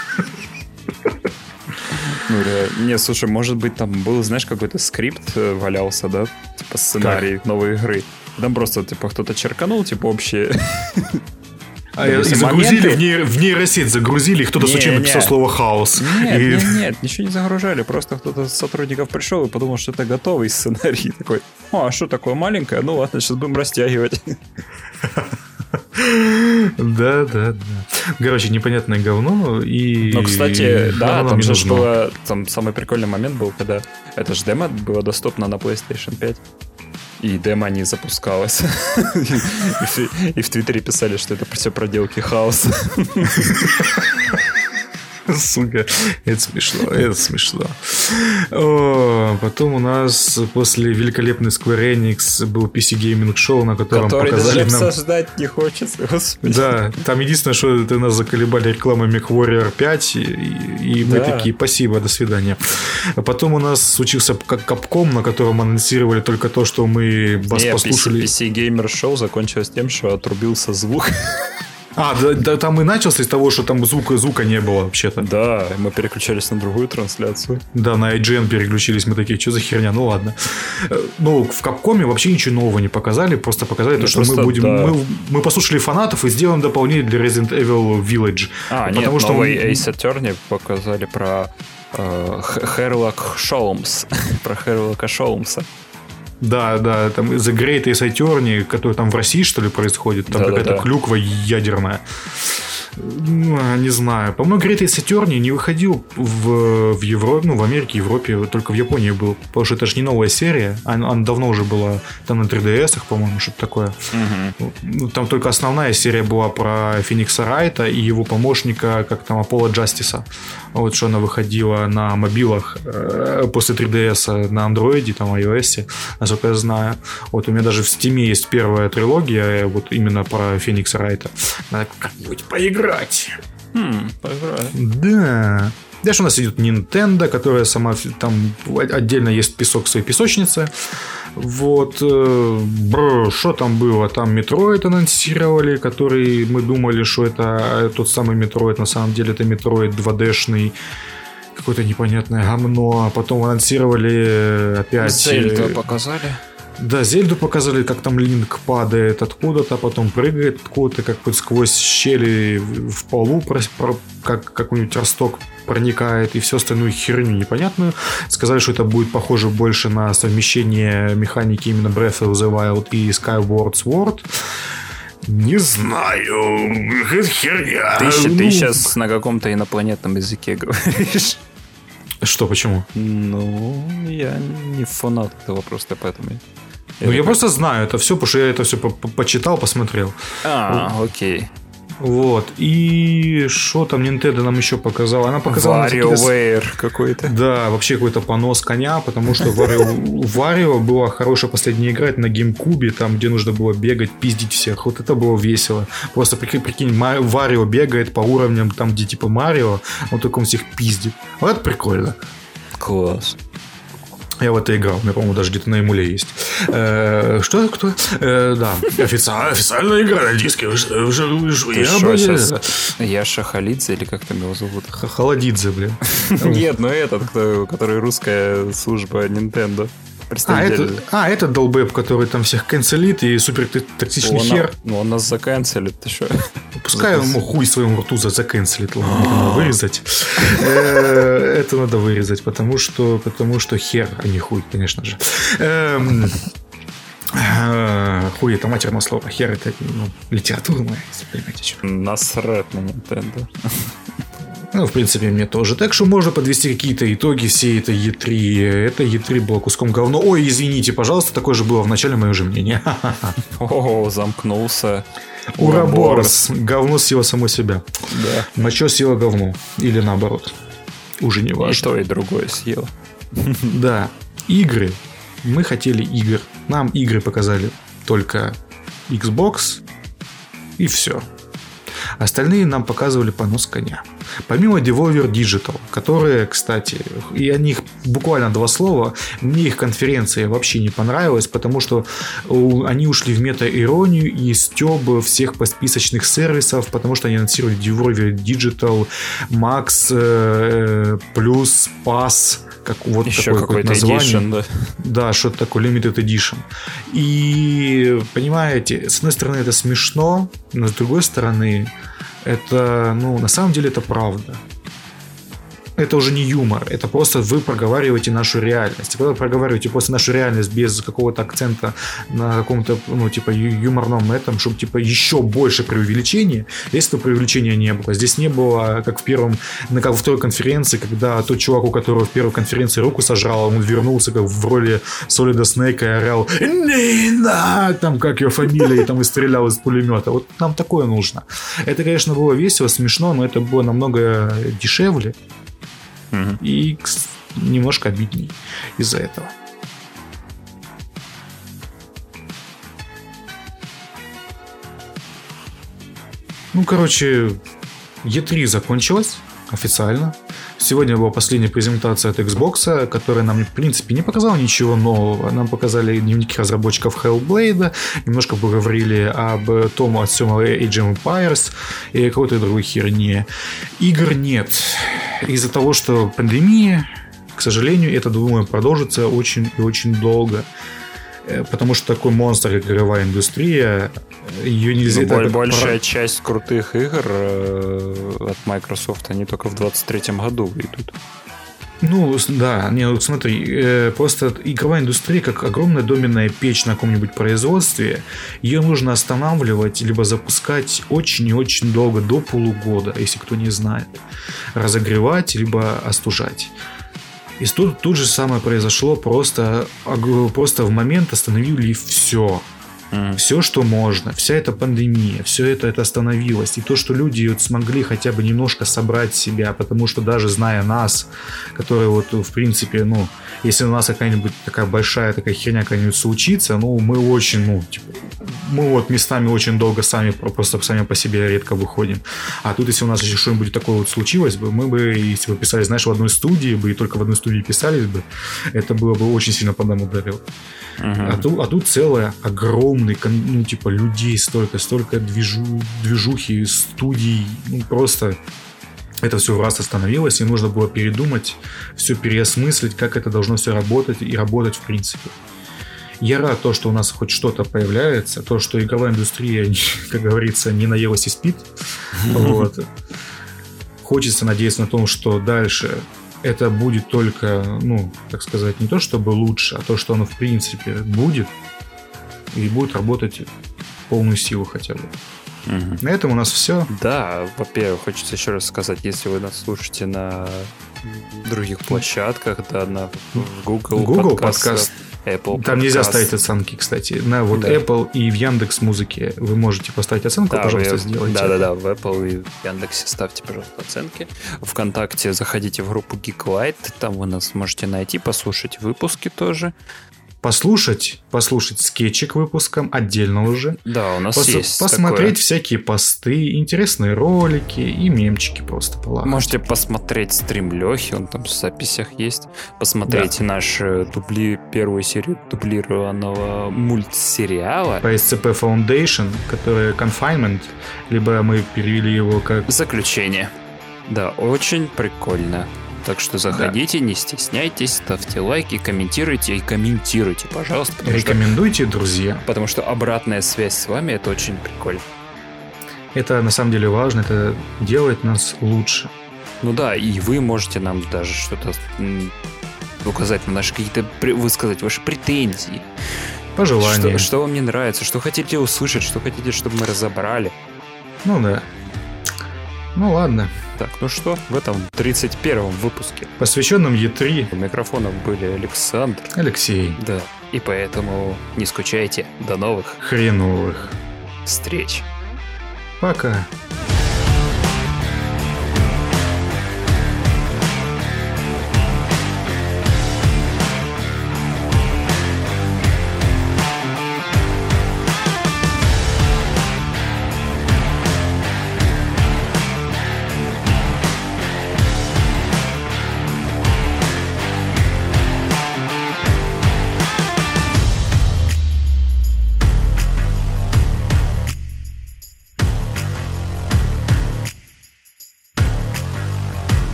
Не, слушай, может быть, там был, знаешь, какой-то скрипт валялся, да? Типа сценарий новой игры. Там просто, типа, кто-то черканул, типа, общие... И загрузили в нейросеть, загрузили, и кто-то случайно написал слово «хаос». Нет, ничего не загружали. Просто кто-то из сотрудников пришел и подумал, что это готовый сценарий. Такой, а что такое маленькое? Ну ладно, сейчас будем растягивать. Да. Короче, непонятное говно. Ну, кстати, да, там же было... Там самый прикольный момент был, когда... Это же демо было доступно на PlayStation 5. И демо не запускалось. И в Твиттере писали, что это все проделки хаоса. Сука, это смешно. Потом у нас после великолепной Square Enix был PC Gaming Show, на котором показали даже обсуждать не хочется, господи. Да, там единственное, что это нас заколебали рекламой MechWarrior 5, и мы такие, спасибо, до свидания. А потом у нас случился Capcom, на котором анонсировали только то, что мы вас послушали. PC Gamer Show закончилось тем, что отрубился звук. Да, там и начался из того, что там звука не было вообще-то. Да, мы переключались на другую трансляцию. Да, на IGN переключились, мы такие, что за херня, ну ладно. Ну, в Капкоме вообще ничего нового не показали, просто показали то, что мы будем... Да. Мы послушали фанатов и сделаем дополнение для Resident Evil Village. Потому что новый Ace Attorney показали про Херлок Шолмс. Про Херлока Шолмса. Да, там The Great Ace Attorney, который там в России, что ли, происходит. Там какая-то клюква ядерная. Не знаю. По-моему, Great Ace Attorney не выходил в Европе, в Америке, Европе, только в Японии был. Потому что это же не новая серия. Она давно уже была там на 3DS-ах, по-моему, что-то такое. Там только основная серия была про Феникса Райта и его помощника, как там, Аполло Джастиса. Вот что она выходила на мобилах после 3DS на андроиде, там, iOS, насколько я знаю. Вот у меня даже в Steam есть первая трилогия, вот именно про Феникса Райта. Надо как-нибудь поиграть. Поиграть. Да. Дальше у нас идет Nintendo, которая сама там отдельно есть песок в своей песочнице. Вот. Что там было? Там Metroid анонсировали, который мы думали, что это тот самый Metroid. На самом деле это Metroid 2D-шный. Какое-то непонятное говно. А потом анонсировали опять... Зельду показали. Да, Зельду показали, как там Линк падает откуда-то, потом прыгает откуда-то, как вот сквозь щели в полу, как какой-нибудь росток проникает, и всю остальную херню непонятную. Сказали, что это будет похоже больше на совмещение механики именно Breath of the Wild и Skyward Sword. Не знаю. Это херня. Ты сейчас на каком-то инопланетном языке говоришь. Что, почему? Ну, я не фанат этого просто, поэтому... Я просто знаю это все, потому что я это все почитал, посмотрел. Окей. Вот. И что там Nintendo нам еще показала? Она показала... WarioWare какой-то. Да, вообще какой-то понос коня, потому что Wario была хорошая последняя игра на GameCube, там, где нужно было бегать, пиздить всех. Вот это было весело. Просто прикинь, Wario бегает по уровням, там, где типа Марио, он только он всех пиздит. Вот это прикольно. Класс. Я в это играл, у меня, по-моему, даже где-то на эмуле есть. Что? Кто? Да, официальная игра на диске. Яша Халидзе, или как там его зовут? Холодидзе, блин. Нет, ну этот, который русская служба Nintendo. Этот долбэб, который там всех канцелит и супер токсичный хер. Ну, он нас заканцелит, ты что? Пускай ему хуй своему рту заканцелит. Ладно, надо вырезать. Это надо вырезать, потому что хер, а не хуй, конечно же. Хуй, это матерное слово. Хер — это литературное, если понимаете, что. Насрать на Nintendo. Ну, в принципе, мне тоже. Так что можно подвести какие-то итоги всей этой E3. Это E3 было куском говно. Ой, извините, пожалуйста, такое же было в начале мое же мнение. О, замкнулся. Ураборос. Говно съело само себя. Да. Мочо съело говно. Или наоборот. Уже не важно. И то, и другое съело. Да. Игры. Мы хотели игр. Нам игры показали только Xbox и все. Остальные нам показывали понос коня. Помимо Devolver Digital, которые, кстати, и о них буквально 2 слова, мне их конференция вообще не понравилась, потому что они ушли в мета-иронию и стёб всех подписочных сервисов, потому что они анонсировали Devolver Digital, Max, плюс, Pass, как вот еще такое название. Edition, да. Да, что-то такое, Limited Edition. И, понимаете, с одной стороны это смешно, но с другой стороны это, на самом деле это правда. Это уже не юмор, это просто вы проговариваете нашу реальность. И когда вы проговариваете просто нашу реальность без какого-то акцента на каком-то, юморном этом, чтобы, еще больше преувеличения, если бы преувеличения не было. Здесь не было, как во второй конференции, когда тот чувак, у которого в первой конференции руку сожрал, он вернулся как в роли Солида Снейка и орал «Нина!», там, как ее фамилия, и там и стрелял из пулемета. Вот нам такое нужно. Это, конечно, было весело, смешно, но это было намного дешевле. И немножко обидней из-за этого. E3 закончилась официально. Сегодня была последняя презентация от Xbox, которая нам, в принципе, не показала ничего нового. Нам показали дневники разработчиков Hellblade, немножко поговорили об том, о всем Age of Empires и какой-то другой херне. Игр нет. Из-за того, что пандемия, к сожалению, это, думаю, продолжится очень и очень долго. Потому что такой монстр, как игровая индустрия, ее нельзя... Большая часть крутых игр от Microsoft, они только в 2023 году выйдут. Смотри, просто игровая индустрия, как огромная доменная печь на каком-нибудь производстве, ее нужно останавливать, либо запускать очень и очень долго, до полугода, если кто не знает. Разогревать, либо остужать. И тут же самое произошло, просто в момент остановили все. Все, что можно, вся эта пандемия, все это остановилось. И то, что люди смогли хотя бы немножко собрать себя, потому что даже зная нас, которые в принципе, если у нас какая-нибудь такая большая такая херня какая-нибудь случится, мы очень, мы местами очень долго просто сами по себе редко выходим. А тут, если у нас еще что-нибудь такое случилось бы, мы бы, если бы писали, знаешь, в одной студии бы, и только в одной студии писались бы, это было бы очень сильно по нам ударило. А тут целая огромная людей столько движухи, студий, просто это все в раз остановилось, и нужно было передумать, все переосмыслить, как это должно все работать и работать в принципе. Я рад то, что у нас хоть что-то появляется, то, что игровая индустрия, как говорится, не наелась и спит. Хочется надеяться на том, что дальше это будет только, так сказать, не то чтобы лучше, а то, что оно в принципе будет. И будет работать в полную силу хотя бы. На этом у нас все. Да, во-первых, хочется еще раз сказать, если вы нас слушаете на других площадках, на Google подкаст, Apple там нельзя ставить оценки, кстати. На Apple и в Яндекс.Музыке вы можете поставить оценку, пожалуйста, сделайте. Да, в Apple и в Яндексе ставьте, пожалуйста, оценки. ВКонтакте заходите в группу Geeklight, там вы нас можете найти, послушать выпуски тоже. Послушать скетчи к выпускам отдельно уже. Да, у нас есть посмотреть такое. Всякие посты, интересные ролики и мемчики просто поломать. Можете посмотреть стрим Лехи, он там в записях есть. Посмотрите нашу первую серию дублированного мультсериала. По SCP Foundation, который Confinement, либо мы перевели его как... Заключение. Да, очень прикольно. Так что заходите, не стесняйтесь, ставьте лайки, комментируйте, пожалуйста. Рекомендуйте, друзья. Потому что обратная связь с вами — это очень прикольно. Это на самом деле важно, это делает нас лучше. И вы можете нам даже что-то указать на наши какие-то, высказать ваши претензии. Пожелания. Что вам не нравится, что хотите услышать, что хотите, чтобы мы разобрали. Да. Ладно. Так, что в этом 31-м выпуске, посвященном E3, у микрофонов были Александр, Алексей. Да, и поэтому не скучайте. До новых хреновых встреч. Пока.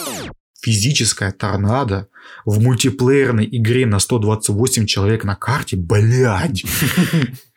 Физическая торнадо в мультиплеерной игре на 128 человек на карте, блядь.